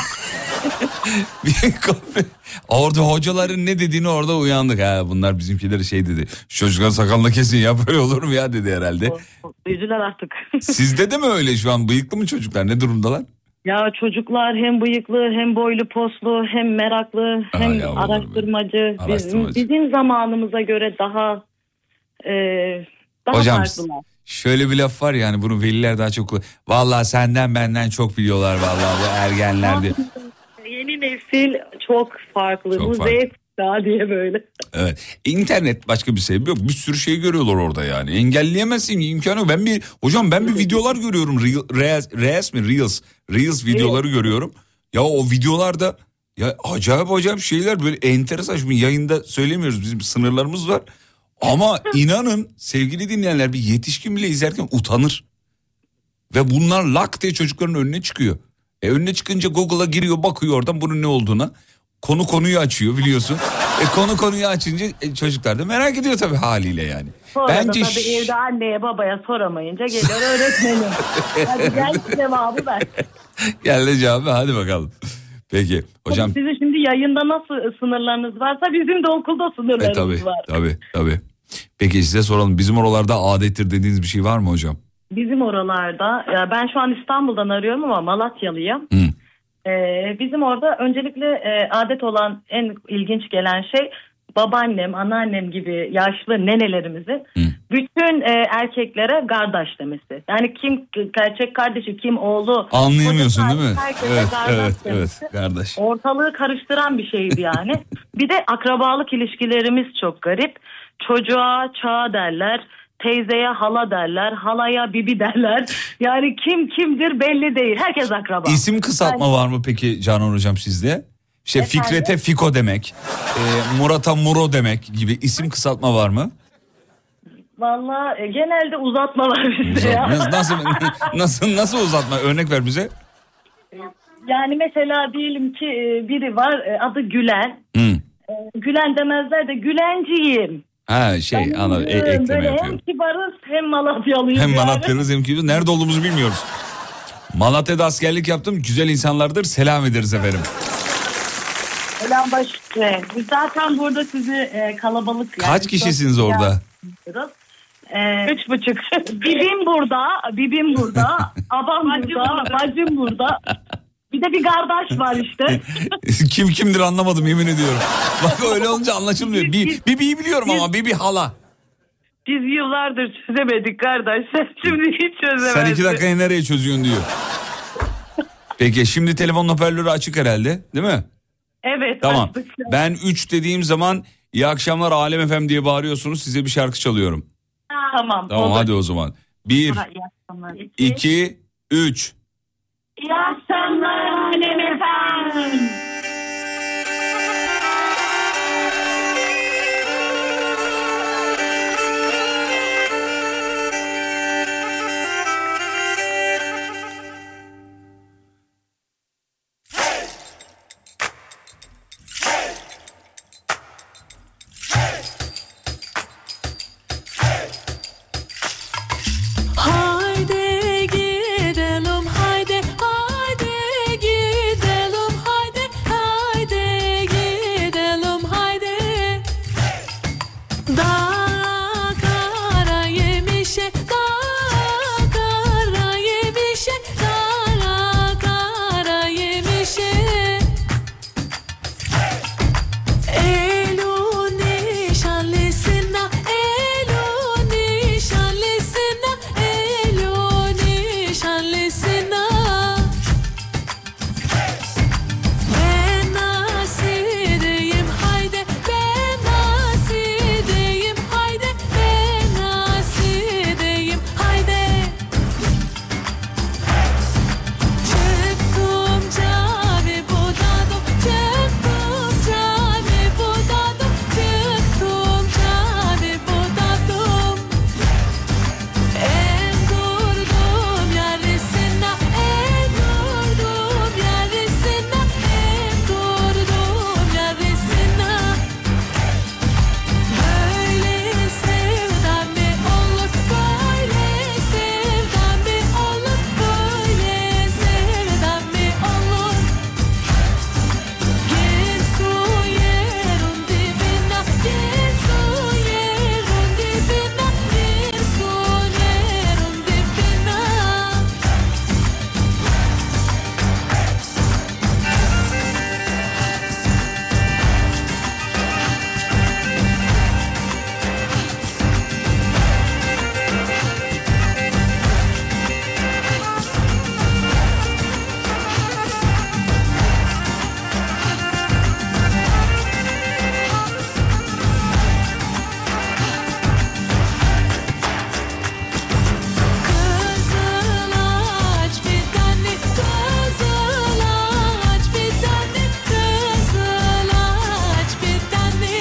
Speaker 3: Orada hocaların ne dediğini orada uyandık. Ha, bunlar bizimkileri şey dedi. Şu çocukların sakalını kesin ya, böyle olur mu ya dedi herhalde.
Speaker 14: Büyüdüler artık.
Speaker 3: Sizde de mi öyle şu an, bıyıklı mı çocuklar, ne durumdalar?
Speaker 14: Ya çocuklar hem bıyıklı hem boylu poslu hem meraklı hem
Speaker 3: ya, olur be.
Speaker 14: araştırmacı. Bizim,
Speaker 3: Araştırmacı.
Speaker 14: bizim zamanımıza göre daha e, daha
Speaker 3: Hocam
Speaker 14: farklılar.
Speaker 3: şöyle bir laf var yani, bunu veliler daha çok... Vallahi senden benden çok biliyorlar vallahi bu ergenlerde.
Speaker 14: Yeni nesil çok farklı.
Speaker 3: Çok
Speaker 14: Bu
Speaker 3: farklı.
Speaker 14: Z daha diye böyle.
Speaker 3: Evet. İnternet başka bir sebep yok. Bir sürü şey görüyorlar orada yani. Engelleyemezsin, imkanı yok. Ben bir hocam ben bir videolar görüyorum. Reel, Reels, Reels mi? Reels. Reels videoları görüyorum. Ya o videolarda ya acayip acayip şeyler, böyle enteresan. Şimdi yayında söylemiyoruz, bizim sınırlarımız var. Ama inanın sevgili dinleyenler, bir yetişkin bile izlerken utanır. Ve bunlar lak diye çocukların önüne çıkıyor. E önüne çıkınca Google'a giriyor, bakıyor oradan bunun ne olduğuna. Konu konuyu açıyor biliyorsun. E konu konuyu açınca e, çocuklar da merak ediyor tabii haliyle yani.
Speaker 14: Sonra
Speaker 3: Bence
Speaker 14: da tabii
Speaker 3: ş-
Speaker 14: evde anneye babaya soramayınca geliyor öğretmenim. Hadi gel cevabı ver.
Speaker 3: geldi cevabı, hadi bakalım. Peki hocam.
Speaker 14: Sizin şimdi yayında nasıl sınırlarınız varsa bizim de okulda sınırlarımız
Speaker 3: E tabii
Speaker 14: var.
Speaker 3: tabii tabii. Peki size soralım, bizim oralarda adettir dediğiniz bir şey var mı hocam?
Speaker 14: Bizim oralarda, ya ben şu an İstanbul'dan arıyorum ama Malatyalıyım.
Speaker 3: Hı.
Speaker 14: Ee, bizim orada öncelikle e, adet olan en ilginç gelen şey babaannem, anneannem gibi yaşlı nenelerimizin
Speaker 3: Hı.
Speaker 14: bütün e, erkeklere kardeş demesi. Yani kim gerçek kardeşi, kim oğlu.
Speaker 3: Anlayamıyorsun
Speaker 14: kocası,
Speaker 3: değil mi?
Speaker 14: herkese
Speaker 3: Evet
Speaker 14: kardeş
Speaker 3: evet
Speaker 14: demesi.
Speaker 3: evet kardeş.
Speaker 14: Ortalığı karıştıran bir şeydi yani. Bir de akrabalık ilişkilerimiz çok garip. Çocuğa çağa derler. Teyzeye hala derler, halaya bibi derler. Yani kim kimdir belli değil. Herkes akraba.
Speaker 3: İsim kısaltma
Speaker 14: Yani-
Speaker 3: var mı peki Canan hocam sizde? İşte
Speaker 14: Efendim?
Speaker 3: Fikret'e Fiko demek, e, Murat'a Muro demek gibi isim kısaltma var mı?
Speaker 14: Vallahi e, genelde uzatma var bizde ya.
Speaker 3: Nasıl, nasıl nasıl nasıl uzatma? Örnek ver bize.
Speaker 14: Yani mesela diyelim ki e, biri var e, adı Gülen.
Speaker 3: Hı.
Speaker 14: E, Gülen demezler de Gülenciyim.
Speaker 3: Ha şey
Speaker 14: Ben
Speaker 3: anladım. E,
Speaker 14: böyle
Speaker 3: ekleme
Speaker 14: hem
Speaker 3: yapıyor.
Speaker 14: kibarız hem Malatyalıyız.
Speaker 3: Hem
Speaker 14: yani.
Speaker 3: Malatya'nız hem gibi. Nerede olduğumuzu bilmiyoruz. Malatya'da askerlik yaptım. Güzel insanlardır. Selam ederiz efendim.
Speaker 14: Selam baş üstüne. Biz zaten burada sizi e, kalabalık.
Speaker 3: Kaç kişisiniz
Speaker 14: çok-
Speaker 3: orada?
Speaker 14: E, üç buçuk. Bibim burada, bibim burada, abam burada, bacım burada. Bir de bir kardeş var işte.
Speaker 3: Kim kimdir anlamadım yemin ediyorum. Bak öyle olunca anlaşılmıyor. Bir, Bibi'yi biliyorum ama Bibi hala.
Speaker 14: Biz yıllardır çözemedik kardeş. Sen şimdi hiç çözemezsin.
Speaker 3: Sen iki dakikayı nereye çözüyorsun diyor. Peki şimdi telefonun hoparlörü açık herhalde değil mi?
Speaker 14: Evet.
Speaker 3: Tamam.
Speaker 14: Açtık.
Speaker 3: Ben üç dediğim zaman iyi akşamlar Alem F M diye bağırıyorsunuz. Size bir şarkı çalıyorum.
Speaker 14: Tamam.
Speaker 3: Tamam
Speaker 14: olur.
Speaker 3: hadi o zaman. Bir,
Speaker 14: Ha, iyi akşamlar.
Speaker 3: iki, üç.
Speaker 14: İyi akşamlar Alem efendim.
Speaker 7: Haydi gidelim haydi haydi gidelim haydi haydi gidelim haydi Dağa kara yemişe dağa kara yemişe dağa kara yemişe Elun nişanlısına Elun nişanlısına Elun nişanlısına Ben nasideyim haydi Ben nasideyim haydi Ben nasideyim haydi Çıktım cami budadım Çıktım cami budadım Çıktım cami budadım En durdum yarısına En durdum yarısına En durdum yarısına Böyle sevdam mı olur Böyle sevdam mı olur Böyle sevdam mı olur Gel su yerin dibine Gel su yerin dibine Gel su yerin dibine Kızıl ağaç bir tane Kızıl ağaç bir tane Kızıl ağaç bir tane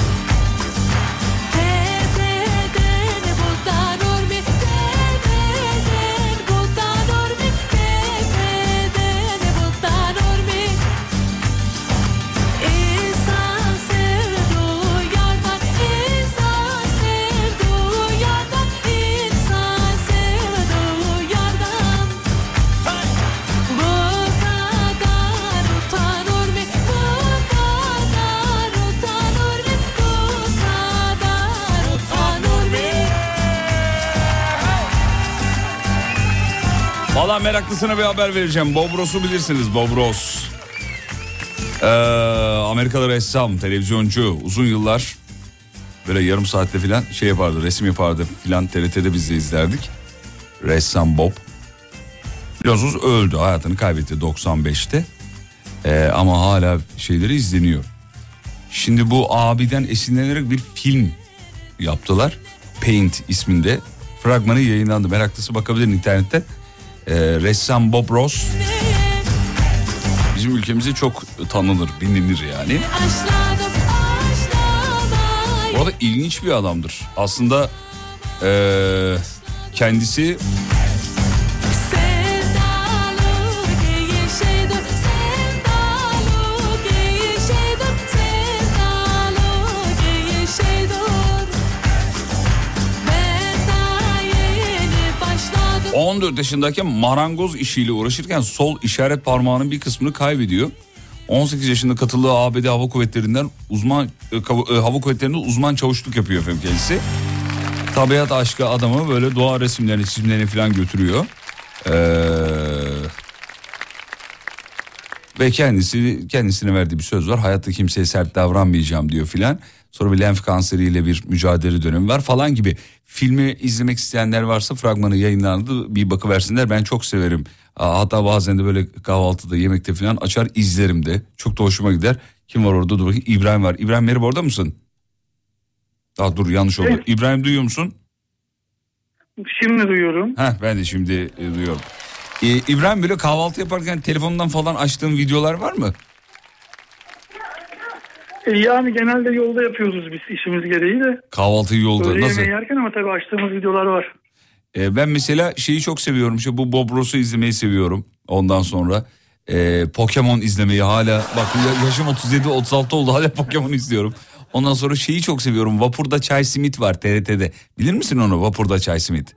Speaker 7: Tepeden buldanır mı Tepeden buldanır mı Tepeden buldanır mı İnsan sevduğu yerden İnsan sevduğu yerden İnsan sevduğu yerden Bu kadar utanır mı Bu kadar utanır mı Bu kadar utanır mı
Speaker 3: Valla meraklısına bir haber vereceğim. Bobros'u bilirsiniz Bobros. Ee, Amerikalı ressam, televizyoncu uzun yıllar böyle yarım saatte filan şey yapardı, resim yapardı filan T R T'de biz de izlerdik. Ressam Bob. Biliyorsunuz öldü, hayatını kaybetti doksan beşte. Ee, ama hala şeyleri izleniyor. Şimdi bu abiden esinlenerek bir film yaptılar. Paint isminde. Fragmanı yayınlandı. Meraklısı bakabilir internetten. Ee, ressam Bob Ross. Bizim ülkemizde çok tanınır, bilinir yani. Bu arada ilginç bir adamdır. Aslında ee, kendisi on dört yaşındayken marangoz işiyle uğraşırken sol işaret parmağının bir kısmını kaybediyor. on sekiz yaşında katıldığı A B D Hava Kuvvetleri'nden uzman Hava Kuvvetleri'nde uzman çavuşluk yapıyor efendim kendisi. Tabiat aşkı adamı böyle doğa resimlerini, çizimlerini falan götürüyor. Ee, Ve kendisi kendisine verdiği bir söz var. Hayatta kimseye sert davranmayacağım diyor filan. Sonra bir lenf kanseriyle bir mücadele dönemi var falan gibi. Filmi izlemek isteyenler varsa fragmanı yayınlandı, bir bakıversinler. Ben çok severim. Hatta bazen de böyle kahvaltıda, yemekte filan açar izlerim de. Çok da hoşuma gider. Kim var orada? Dur bakayım. İbrahim var. İbrahim merhaba, orada mısın? Aa, dur yanlış oldu. Evet. İbrahim duyuyor musun?
Speaker 15: Şimdi duyuyorum.
Speaker 3: Heh, ben de şimdi e, duyuyorum. Ee, İbrahim böyle kahvaltı yaparken telefondan falan açtığın videolar var mı?
Speaker 15: E yani genelde yolda yapıyoruz biz işimiz gereği de.
Speaker 3: Kahvaltıyı yolda
Speaker 15: öğle
Speaker 3: nasıl?
Speaker 15: yerken ama tabii açtığımız videolar var.
Speaker 3: Ee, ben mesela şeyi çok seviyorum. İşte bu Bob Ross'u izlemeyi seviyorum. Ondan sonra e, Pokemon izlemeyi hala. Bak yaşım otuz yedi otuz altı oldu, hala Pokemon izliyorum. Ondan sonra şeyi çok seviyorum. Vapurda Çay Simit var T R T'de. Bilir misin onu, Vapurda Çay Simit?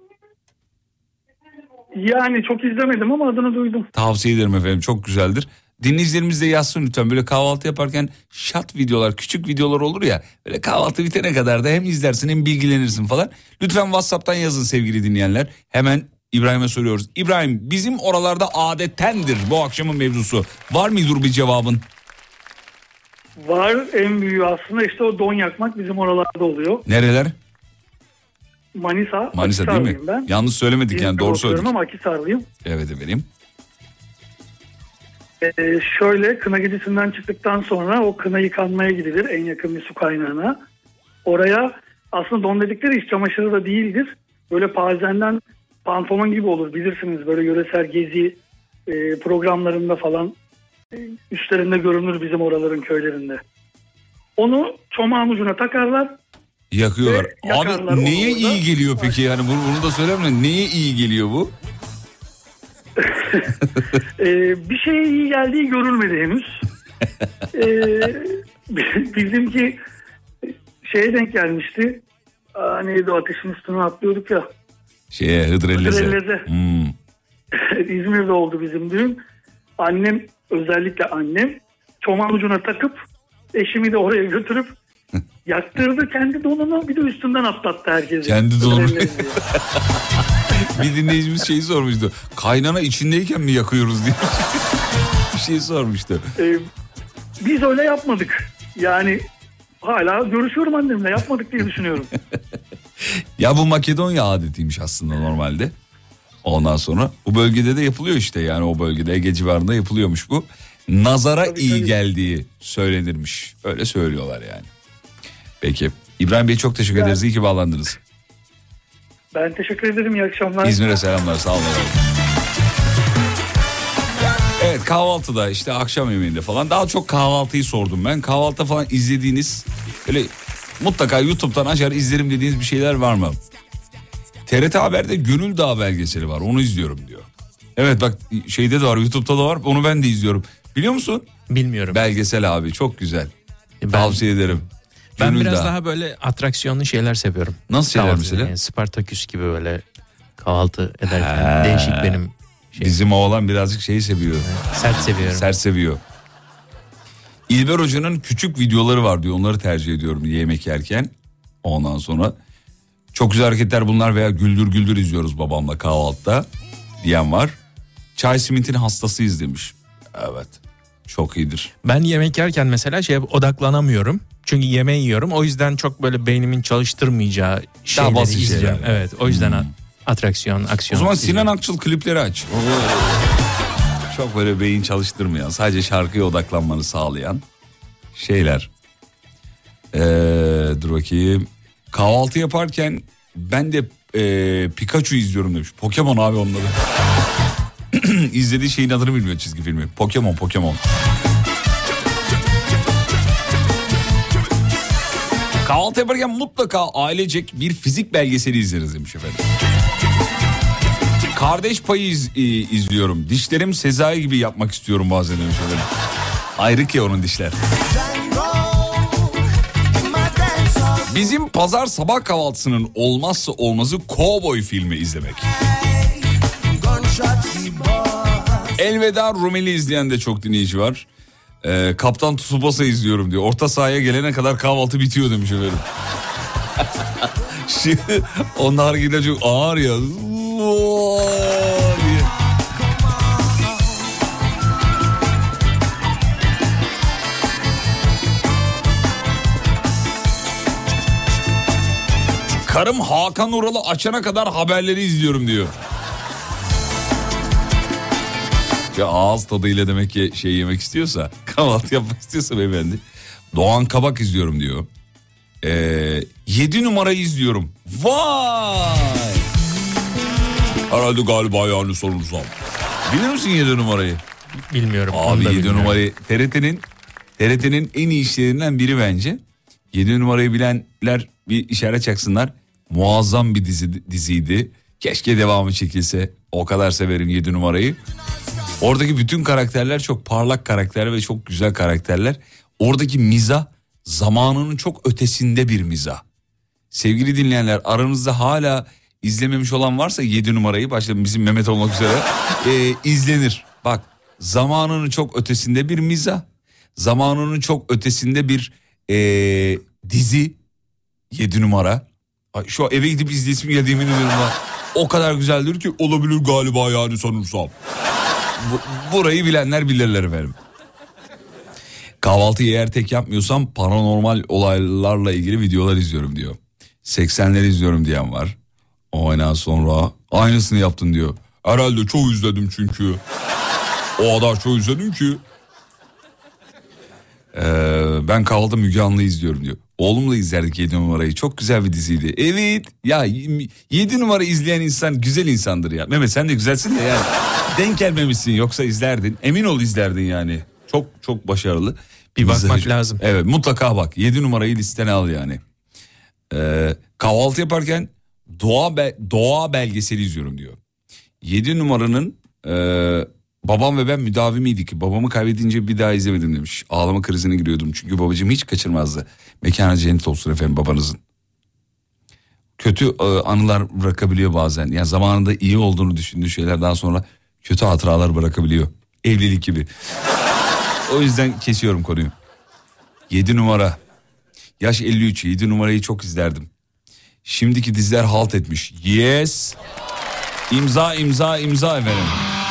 Speaker 15: Yani çok izlemedim ama adını duydum.
Speaker 3: Tavsiye ederim efendim, çok güzeldir. Dinleyicilerimiz de yazsın lütfen, böyle kahvaltı yaparken short videolar, küçük videolar olur ya, böyle kahvaltı bitene kadar da hem izlersin hem bilgilenirsin falan. Lütfen WhatsApp'tan yazın sevgili dinleyenler. Hemen İbrahim'e soruyoruz. İbrahim, bizim oralarda adettendir bu akşamın mevzusu. Var mıdır bir cevabın?
Speaker 15: Var, en büyüğü aslında işte o don yakmak bizim oralarda oluyor.
Speaker 3: Nereler?
Speaker 15: Manisa.
Speaker 3: Manisa değil mi?
Speaker 15: Ben.
Speaker 3: Yalnız söylemedik yani, doğru söyledik.
Speaker 15: Ama Akhisarlıyım.
Speaker 3: Evet efendim.
Speaker 15: Ee, şöyle kına gecesinden çıktıktan sonra o kına yıkanmaya gidilir en yakın bir su kaynağına. Oraya aslında don dedikleri iç çamaşırı da değildir. Böyle pazenden pantolon gibi olur, bilirsiniz, böyle yöresel gezi e, programlarında falan e, üstlerinde görünür bizim oraların köylerinde. Onu çomağın ucuna takarlar.
Speaker 3: Yakıyorlar. Abi neye
Speaker 15: orada.
Speaker 3: iyi geliyor peki, yani bunu, bunu da söylemem, neye iyi geliyor bu?
Speaker 15: ee, bir şeye iyi geldiği görülmedi henüz. ee, bizimki şeye denk gelmişti. Aa, neydi o, ateşin üstüne atlıyorduk ya.
Speaker 3: Şeye Hıdrelleze.
Speaker 15: Hıdrelleze.
Speaker 3: Hmm.
Speaker 15: İzmir'de oldu bizim düğün. Annem, özellikle annem çomağın ucuna takıp eşimi de oraya götürüp yaktırdı kendi donunu, bir de üstünden atlattı herkesi.
Speaker 3: Kendi donunu. Bir dinleyicimiz şeyi sormuştu. Kaynana içindeyken mi yakıyoruz diye bir şey sormuştu.
Speaker 15: Ee, biz öyle yapmadık. Yani hala görüşüyorum annemle, yapmadık diye düşünüyorum.
Speaker 3: Ya bu Makedonya adetiymiş aslında normalde. Ondan sonra bu bölgede de yapılıyor işte, yani o bölgede Ege civarında yapılıyormuş bu. Nazara tabii, iyi tabii. geldiği söylenirmiş. Öyle söylüyorlar yani. Peki İbrahim Bey, çok teşekkür ben... ederiz. İyi ki bağlandınız.
Speaker 15: Ben teşekkür ederim. İyi akşamlar.
Speaker 3: İzmir'e selamlar. Sağ olun. Evet, kahvaltıda işte akşam yemeğinde falan, daha çok kahvaltıyı sordum ben. Kahvaltıda falan izlediğiniz, böyle mutlaka YouTube'dan açar izlerim dediğiniz bir şeyler var mı? T R T Haber'de Gönül Dağı belgeseli var, onu izliyorum diyor. Evet bak, şeyde de var, YouTube'da da var, onu ben de izliyorum. Biliyor musun?
Speaker 4: Bilmiyorum.
Speaker 3: Belgesel abi, çok güzel. Ben... Tavsiye ederim.
Speaker 4: Ben Gönül biraz daha. daha böyle atraksiyonlu şeyler seviyorum.
Speaker 3: Nasıl şeyler kahvaltı mesela?
Speaker 4: Yani Spartaküs gibi böyle kahvaltı ederken. He. Değişik benim
Speaker 3: şeyim. Bizim oğlan birazcık şeyi seviyor.
Speaker 4: Sert seviyorum.
Speaker 3: Sert seviyor. İlber Hoca'nın küçük videoları var diyor. Onları tercih ediyorum yemek yerken. Ondan sonra çok güzel hareketler bunlar veya güldür güldür izliyoruz babamla kahvaltıda diyen var. Çay Simit'in hastasıyız demiş. Evet. Çok iyidir.
Speaker 4: Ben yemek yerken mesela şey odaklanamıyorum. Çünkü yemeği yiyorum. O yüzden çok böyle beynimin çalıştırmayacağı şeyleri izliyorum. Şeyler. Evet, o yüzden hmm. atraksiyon, aksiyon.
Speaker 3: O zaman Sinan Akçıl klipleri aç. Çok böyle beyin çalıştırmayan, sadece şarkıya odaklanmanı sağlayan şeyler. Ee, dur bakayım. Kahvaltı yaparken ben de e, Pikachu izliyorum demiş. Pokemon abi onun adı. İzlediği şeyin adını bilmiyor, çizgi filmi. Pokemon, Pokemon. Kahvaltı yaparken mutlaka ailecek bir fizik belgeseli izleriz demiş efendim. Kardeş Payı iz, e, izliyorum. Dişlerim Sezai gibi yapmak istiyorum bazen demiş efendim. Ayrık ya onun dişler. Bizim pazar sabah kahvaltısının olmazsa olmazı Cowboy filmi izlemek. Elveda Rumeli izleyen de çok dinleyici var. Ee, Kaptan Tsubasa izliyorum diyor. Orta sahaya gelene kadar kahvaltı bitiyor demiş efendim. Şimdi onun hareketler çok ağır ya. Karım Hakan Ural'ı açana kadar haberleri izliyorum diyor. Ya ağız tadıyla demek ki şey yemek istiyorsa, kahvaltı yapmak istiyorsa beyefendi. Doğan Kabak izliyorum diyor. Ee, yedi numarayı izliyorum. Vay! Herhalde galiba yani sorunsam. Bilir misin yedi numarayı?
Speaker 4: Bilmiyorum.
Speaker 3: Abi yedi numarayı T R T'nin T R T'nin en iyi işlerinden biri bence. yedi numarayı bilenler bir işaret çaksınlar. Muazzam bir dizi, diziydi. Keşke devamı çekilse. O kadar severim yedi numarayı. Oradaki bütün karakterler çok parlak karakterler ve çok güzel karakterler. Oradaki mizah zamanının çok ötesinde bir mizah. Sevgili dinleyenler, aranızda hala izlememiş olan varsa yedi numarayı, başta bizim Mehmet olmak üzere e, izlenir. Bak, zamanının çok ötesinde bir mizah. Zamanının çok ötesinde bir e, dizi yedi numara. Ay, şu an eve gidip izleyesim geldi, yemin ediyorum. O kadar güzeldir ki olabilir galiba yani sanırsam. Bu, burayı bilenler bilirler efendim. Kahvaltıyı eğer tek yapmıyorsam paranormal olaylarla ilgili videolar izliyorum diyor. seksenleri izliyorum diyen var. Ondan sonra aynısını yaptın diyor. Herhalde çok izledim çünkü. O kadar çok izledim ki. Ee, ben kahvaltı Müge Anlı izliyorum diyor. Oğlumla izlerdik yedi numarayı. Çok güzel bir diziydi. Evet ya, yedi numara izleyen insan güzel insandır ya. Mehmet sen de güzelsin de yani. Denk gelmemişsin, yoksa izlerdin. Emin ol izlerdin yani. Çok çok başarılı.
Speaker 4: Bir bakmak
Speaker 3: Mizahı...
Speaker 4: lazım.
Speaker 3: Evet, mutlaka bak. yedi numarayı listene al yani. Ee, kahvaltı yaparken doğa be... doğa belgeseli izliyorum diyor. yedi numaranın e... babam ve ben müdavimiydik. Babamı kaybedince bir daha izlemedim demiş. Ağlama krizine giriyordum çünkü babacığım hiç kaçırmazdı. Mekanı cennet olsun efendim babanızın. Kötü e, anılar bırakabiliyor bazen. Yani zamanında iyi olduğunu düşündüğü şeyler daha sonra kötü hatıralar bırakabiliyor. Evlilik gibi. O yüzden kesiyorum konuyu. yedi numara. Yaş elli üç. yedi numarayı çok izlerdim. Şimdiki diziler halt etmiş. Yes. İmza imza imza efendim.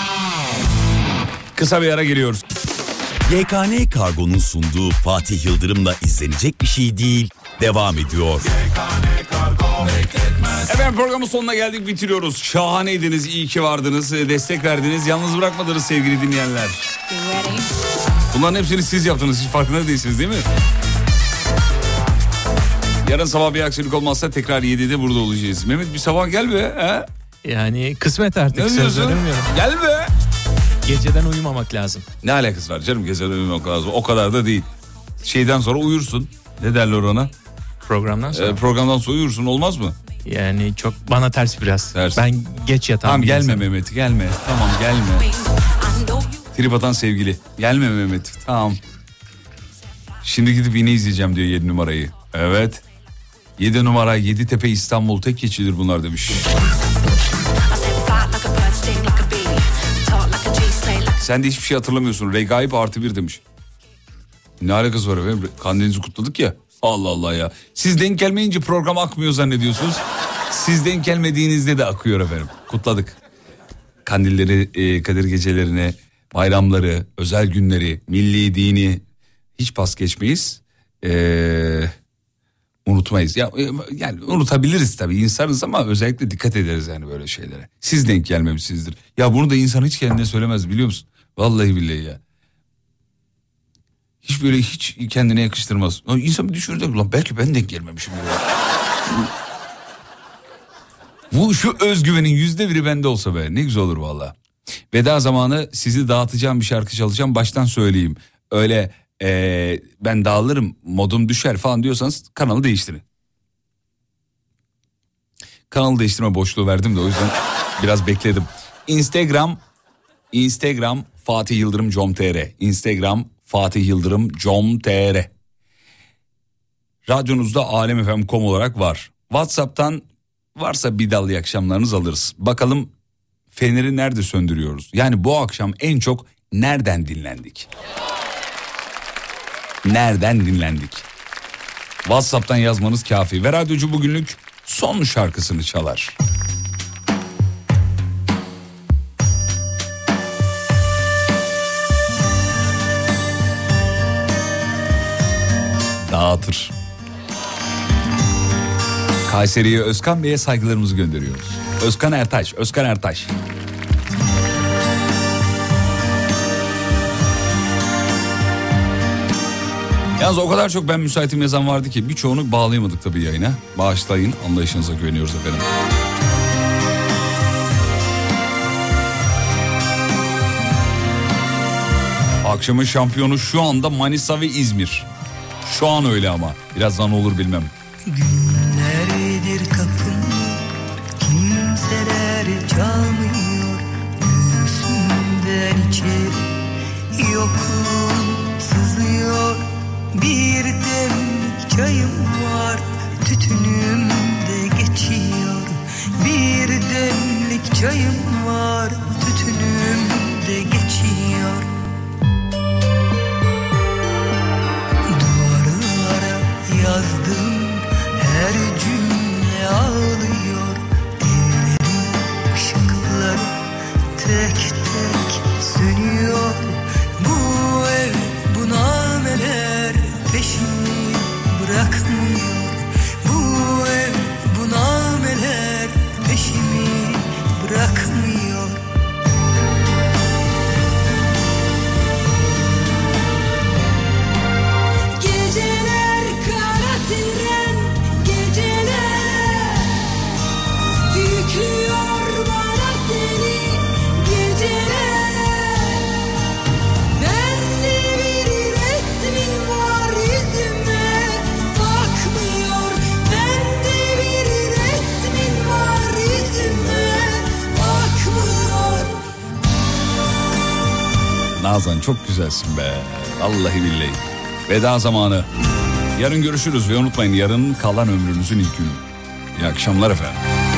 Speaker 3: Kısa bir ara geliyoruz.
Speaker 1: Y K N Kargo'nun sunduğu Fatih Yıldırım'la izlenecek bir şey değil, devam ediyor.
Speaker 3: Efendim programın sonuna geldik, bitiriyoruz. Şahaneydiniz, iyi ki vardınız, destek verdiniz, yalnız bırakmadınız sevgili dinleyenler. Bunların hepsini siz yaptınız, hiç farkında değilsiniz değil mi? Yarın sabah bir aksilik olmazsa tekrar yedide burada olacağız. Mehmet bir sabah gel be. He?
Speaker 4: Yani kısmet artık,
Speaker 3: ne
Speaker 4: söz veremiyorum.
Speaker 3: Gel be.
Speaker 4: Geceden uyumamak lazım.
Speaker 3: Ne alakası var canım, geceden uyumamak lazım, o kadar da değil. Şeyden sonra uyursun, ne derler ona?
Speaker 4: Programdan sonra.
Speaker 3: Ee, programdan sonra uyursun, olmaz mı?
Speaker 4: Yani çok bana ters biraz.
Speaker 3: Ters.
Speaker 4: Ben geç yatan
Speaker 3: Tamam
Speaker 4: bir
Speaker 3: gelme
Speaker 4: insanım.
Speaker 3: Mehmet, gelme. Tamam gelme. Trip atan sevgili. Gelme Mehmet. Tamam. Şimdi gidip yine izleyeceğim diyor yedi numarayı. Evet. yedi numara, Yeditepe İstanbul tek geçilir bunlar demiş. Sen de hiçbir şey hatırlamıyorsun. Regaip artı bir demiş. Ne alakası var efendim? Kandilinizi kutladık ya. Allah Allah ya. Siz denk gelmeyince program akmıyor zannediyorsunuz. Siz denk gelmediğinizde de akıyor efendim. Kutladık. Kandilleri, e, Kadir gecelerini, bayramları, özel günleri, milli, dini hiç pas geçmeyiz. Eee... Unutmayız. Ya yani unutabiliriz tabii, insanız ama özellikle dikkat ederiz yani böyle şeylere. Siz denk gelmemişsinizdir. Ya bunu da insan hiç kendine söylemez, biliyor musun? Vallahi billahi ya. Hiç böyle hiç kendine yakıştırmaz. İnsan bir düşünür de lan belki ben denk gelmemişim. Bu şu özgüvenin yüzde biri bende olsa be, ne güzel olur vallahi. Veda zamanı, sizi dağıtacağım bir şarkı çalacağım, baştan söyleyeyim. Öyle Ee, ben dağılırım, modum düşer falan diyorsanız kanalı değiştirin. Kanalı değiştirme boşluğu verdim de o yüzden biraz bekledim. Instagram Instagram Fatih Yıldırım com nokta tr Instagram Fatih Yıldırım com nokta tr Radyonuzda alem f m nokta com olarak var. WhatsApp'tan varsa bir dal iyi akşamlarınız alırız. Bakalım feneri nerede söndürüyoruz? Yani bu akşam en çok nereden dinlendik? Nereden dinlendik? WhatsApp'tan yazmanız kafi. Ve radyocu bugünlük son şarkısını çalar. Dağıtır. Kayseri'ye Özkan Bey'e saygılarımızı gönderiyoruz. Özkan Ertaş, Özkan Ertaş. Yalnız o kadar çok ben müsaitim yazan vardı ki birçoğunu bağlayamadık tabii yayına. Bağışlayın, anlayışınıza güveniyoruz efendim. Akşamın şampiyonu şu anda Manisa ve İzmir. Şu an öyle ama birazdan olur bilmem.
Speaker 6: Günlerdir kapımı kimseler çalmıyor. Göğsümden içeri yokluğun sızıyor. Bir demlik çayım var, tütünüm de geçiyor. Bir demlik çayım var, tütünüm de geçiyor. Duvarlara yazdım, her cümle ağlıyor. Evlerin ışıkları tek tek sönüyor. Bu ev, bu nameler peşimi bırakmıyor. Bu ev, bu nameler peşimi bırakmıyor.
Speaker 7: Geceler kara tren, geceler yüklüyor bana seni. Geceler bende bir resmin var, yüzüme bakmıyor. Bende bir resmin var, yüzüme bakmıyor.
Speaker 3: Nazan çok güzelsin be. Vallahi billahi. Veda zamanı. Yarın görüşürüz ve unutmayın yarın kalan ömrünüzün ilk günü. İyi akşamlar efendim.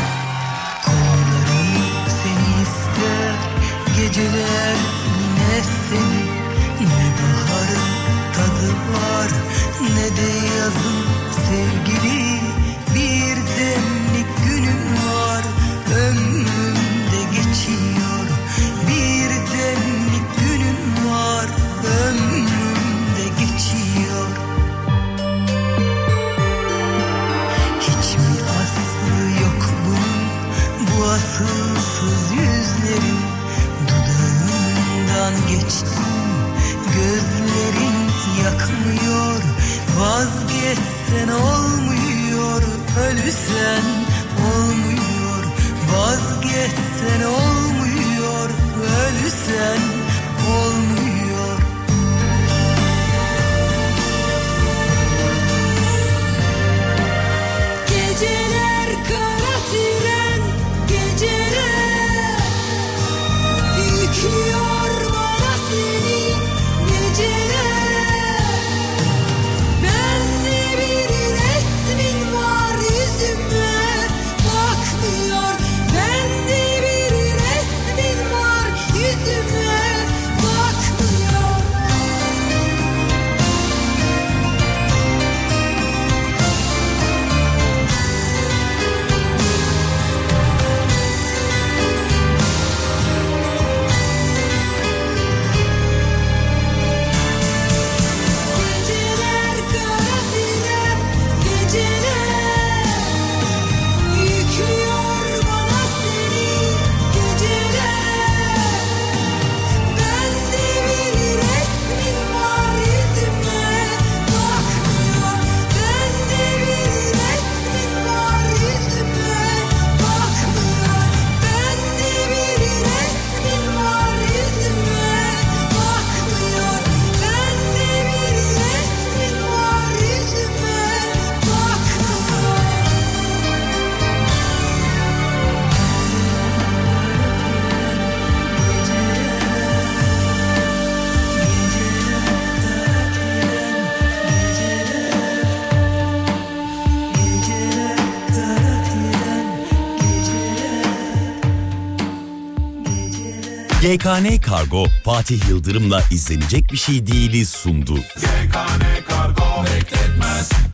Speaker 6: Seni ister geceler yine seni. Ne baharın tadı var ne de yazın sevgili. Bir demlik günüm var, ömrümde geçiyor. Bir demlik günüm var, ömrümde geçiyor. Hiç mi aslı yok bunun, bu asılsız yüzlerin? Dudağından geçtim, gözlerin yakmıyor. Vazgeçsen olmuyor, ölsen olmuyor. Vazgeçsen olmuyor, ölsen olmuyor.
Speaker 7: Geceler kara tren, geceler yüklüyor bana seni. Geceler bende bir resmin var, yüzüme bakmıyor. Bende bir resmin var, yüzüme bakmıyor. Geceler kara tren, geceler yüklüyor bana seni. Geceler bende bir resmin var, yüzüme bakmıyor. Bende bir resmin var, yüzüme bakmıyor. Bende bir resmin var, yüzüme bakmıyor. Bende bir resmin var, yüzüme
Speaker 1: G K N Kargo Fatih Yıldırım'la izlenecek bir şey değiliz sundu.
Speaker 5: G K N Kargo bekletmez.